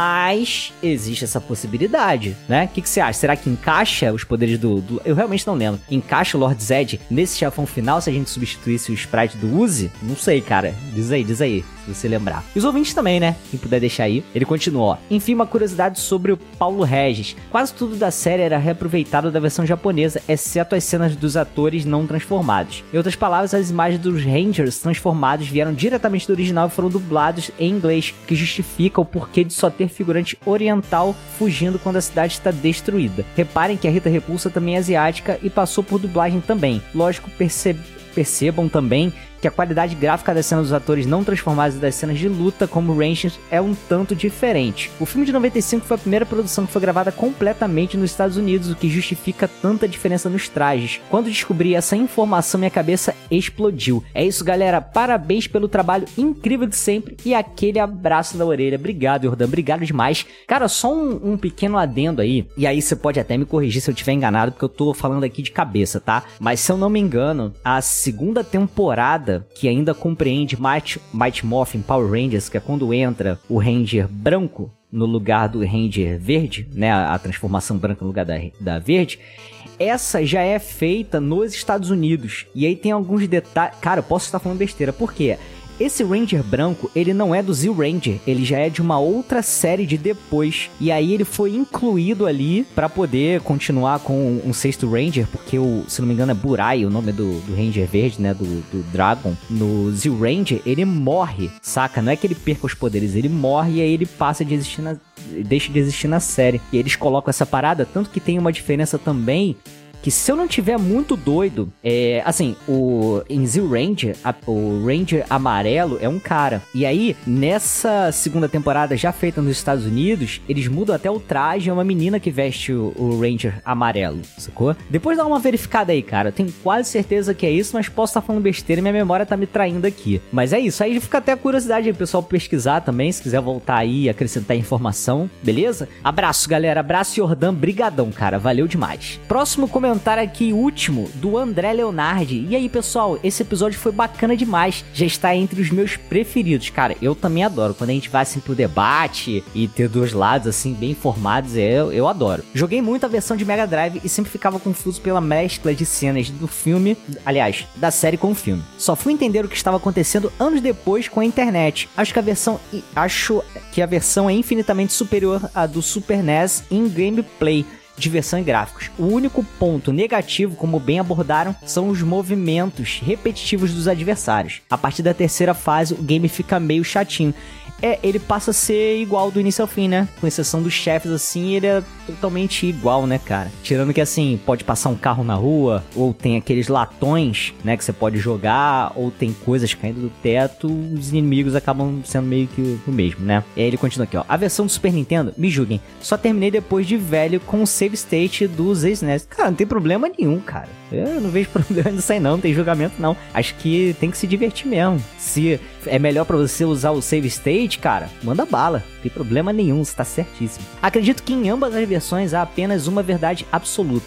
mas existe essa possibilidade, né? O que, que você acha? Será que encaixa os poderes do, do... Eu realmente não lembro. Encaixa o Lord Zed nesse chefão final se a gente substituísse o sprite do Uzi? Não sei, cara. Diz aí, diz aí, se você lembrar. E os ouvintes também, né? Quem puder deixar aí. Ele continua, ó. Enfim, uma curiosidade sobre o Paulo Regis. Quase tudo da série era reaproveitado da versão japonesa, exceto as cenas dos atores não transformados. Em outras palavras, as imagens dos Rangers transformados vieram diretamente do original e foram dublados em inglês, que justifica o porquê de só ter figurante oriental fugindo quando a cidade está destruída. Reparem que a Rita Repulsa também é asiática e passou por dublagem também. Lógico, perce- percebam também que a qualidade gráfica das cenas dos atores não transformados e das cenas de luta como Rangers é um tanto diferente. O filme de noventa e cinco foi a primeira produção que foi gravada completamente nos Estados Unidos, o que justifica tanta diferença nos trajes. Quando descobri essa informação, minha cabeça explodiu. É isso, galera. Parabéns pelo trabalho incrível de sempre e aquele abraço da orelha. Obrigado, Jordan. Obrigado demais. Cara, só um, um pequeno adendo aí, e aí você pode até me corrigir se eu estiver enganado, porque eu tô falando aqui de cabeça, tá? Mas se eu não me engano, a segunda temporada, que ainda compreende Mighty, Mighty Morphin Power Rangers, que é quando entra o Ranger branco no lugar do Ranger verde, né, a, a transformação branca no lugar da, da verde, essa já é feita nos Estados Unidos. E aí tem alguns detalhes... Cara, eu posso estar falando besteira, por quê? Esse Ranger branco, ele não é do Z-Ranger, ele já é de uma outra série de depois. E aí ele foi incluído ali pra poder continuar com um sexto Ranger, porque, o, se não me engano, é Burai, o nome do, do Ranger verde, né, do, do Dragon. No Z-Ranger, ele morre, saca? Não é que ele perca os poderes, ele morre e aí ele passa de existir na... deixa de existir na série. E eles colocam essa parada, tanto que tem uma diferença também, que se eu não tiver muito doido, é, assim, o, em Z-Ranger, a, o Ranger amarelo é um cara. E aí, nessa segunda temporada já feita nos Estados Unidos, eles mudam até o traje, é uma menina que veste o, o Ranger amarelo, sacou? Depois dá uma verificada aí, cara. Eu tenho quase certeza que é isso, mas posso estar falando besteira e minha memória tá me traindo aqui. Mas é isso, aí fica até a curiosidade aí, pessoal, pesquisar também, se quiser voltar aí e acrescentar informação, beleza? Abraço, galera. Abraço, Jordan. Brigadão, cara. Valeu demais. Próximo comentário. Comentário aqui, último, do André Leonardi. E aí, pessoal, esse episódio foi bacana demais. Já está entre os meus preferidos. Cara, eu também adoro. Quando a gente vai assim pro debate e ter dois lados assim, bem informados, eu, eu adoro. Joguei muito a versão de Mega Drive e sempre ficava confuso pela mescla de cenas do filme, aliás, da série com o filme. Só fui entender o que estava acontecendo anos depois com a internet. Acho que a versão, acho que a versão é infinitamente superior à do Super N E S em gameplay, diversão e gráficos. O único ponto negativo, como bem abordaram, são os movimentos repetitivos dos adversários. A partir da terceira fase, o game fica meio chatinho. É, ele passa a ser igual do início ao fim, né? Com exceção dos chefes, assim, ele é totalmente igual, né, cara? Tirando que, assim, pode passar um carro na rua, ou tem aqueles latões, né, que você pode jogar, ou tem coisas caindo do teto, os inimigos acabam sendo meio que o mesmo, né? E aí ele continua aqui, ó. A versão do Super Nintendo, me julguem, só terminei depois de velho com o save state dos ex-N E S. Cara, não tem problema nenhum, cara. Eu não vejo problema nisso aí não, não tem julgamento não. Acho que tem que se divertir mesmo. Se é melhor pra você usar o save state, cara, manda bala. Não tem problema nenhum, você tá certíssimo. Acredito que em ambas as versões há apenas uma verdade absoluta.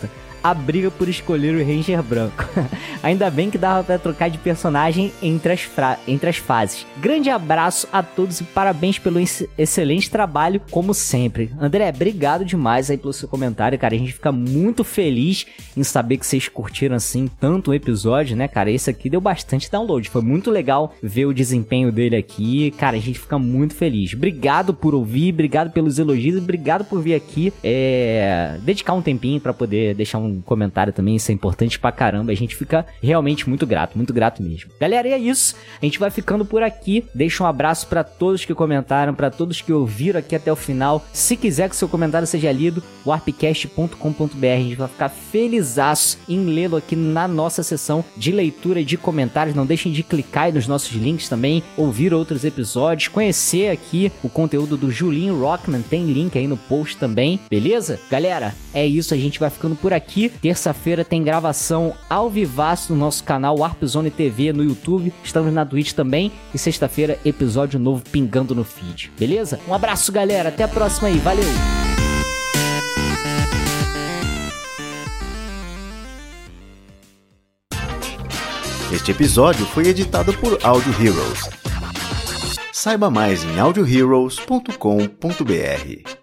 a briga por escolher o Ranger branco. Ainda bem que dava pra trocar de personagem entre as, fra- entre as fases. Grande abraço a todos e parabéns pelo ex- excelente trabalho, como sempre. André, obrigado demais aí pelo seu comentário, cara. A gente fica muito feliz em saber que vocês curtiram, assim, tanto o episódio, né, cara? Esse aqui deu bastante download. Foi muito legal ver o desempenho dele aqui. Cara, a gente fica muito feliz. Obrigado por ouvir, obrigado pelos elogios, obrigado por vir aqui é... dedicar um tempinho pra poder deixar um comentário também. Isso é importante pra caramba. A gente fica realmente muito grato, muito grato mesmo. Galera, e é isso. A gente vai ficando por aqui. Deixa um abraço pra todos que comentaram, pra todos que ouviram aqui até o final. Se quiser que seu comentário seja lido, warpcast ponto com ponto b r. A gente vai ficar felizaço em lê-lo aqui na nossa sessão de leitura de comentários. Não deixem de clicar aí nos nossos links também, ouvir outros episódios, conhecer aqui o conteúdo do Julinho Rockman, tem link aí no post também, beleza? Galera, é isso, a gente vai ficando por aqui. Terça-feira tem gravação ao vivaço no nosso canal Warp Zone T V no YouTube, estamos na Twitch também, e sexta-feira episódio novo pingando no feed, beleza? Um abraço, galera, até a próxima aí, valeu! Este episódio foi editado por Audio Heroes. Saiba mais em audio heroes ponto com ponto b r.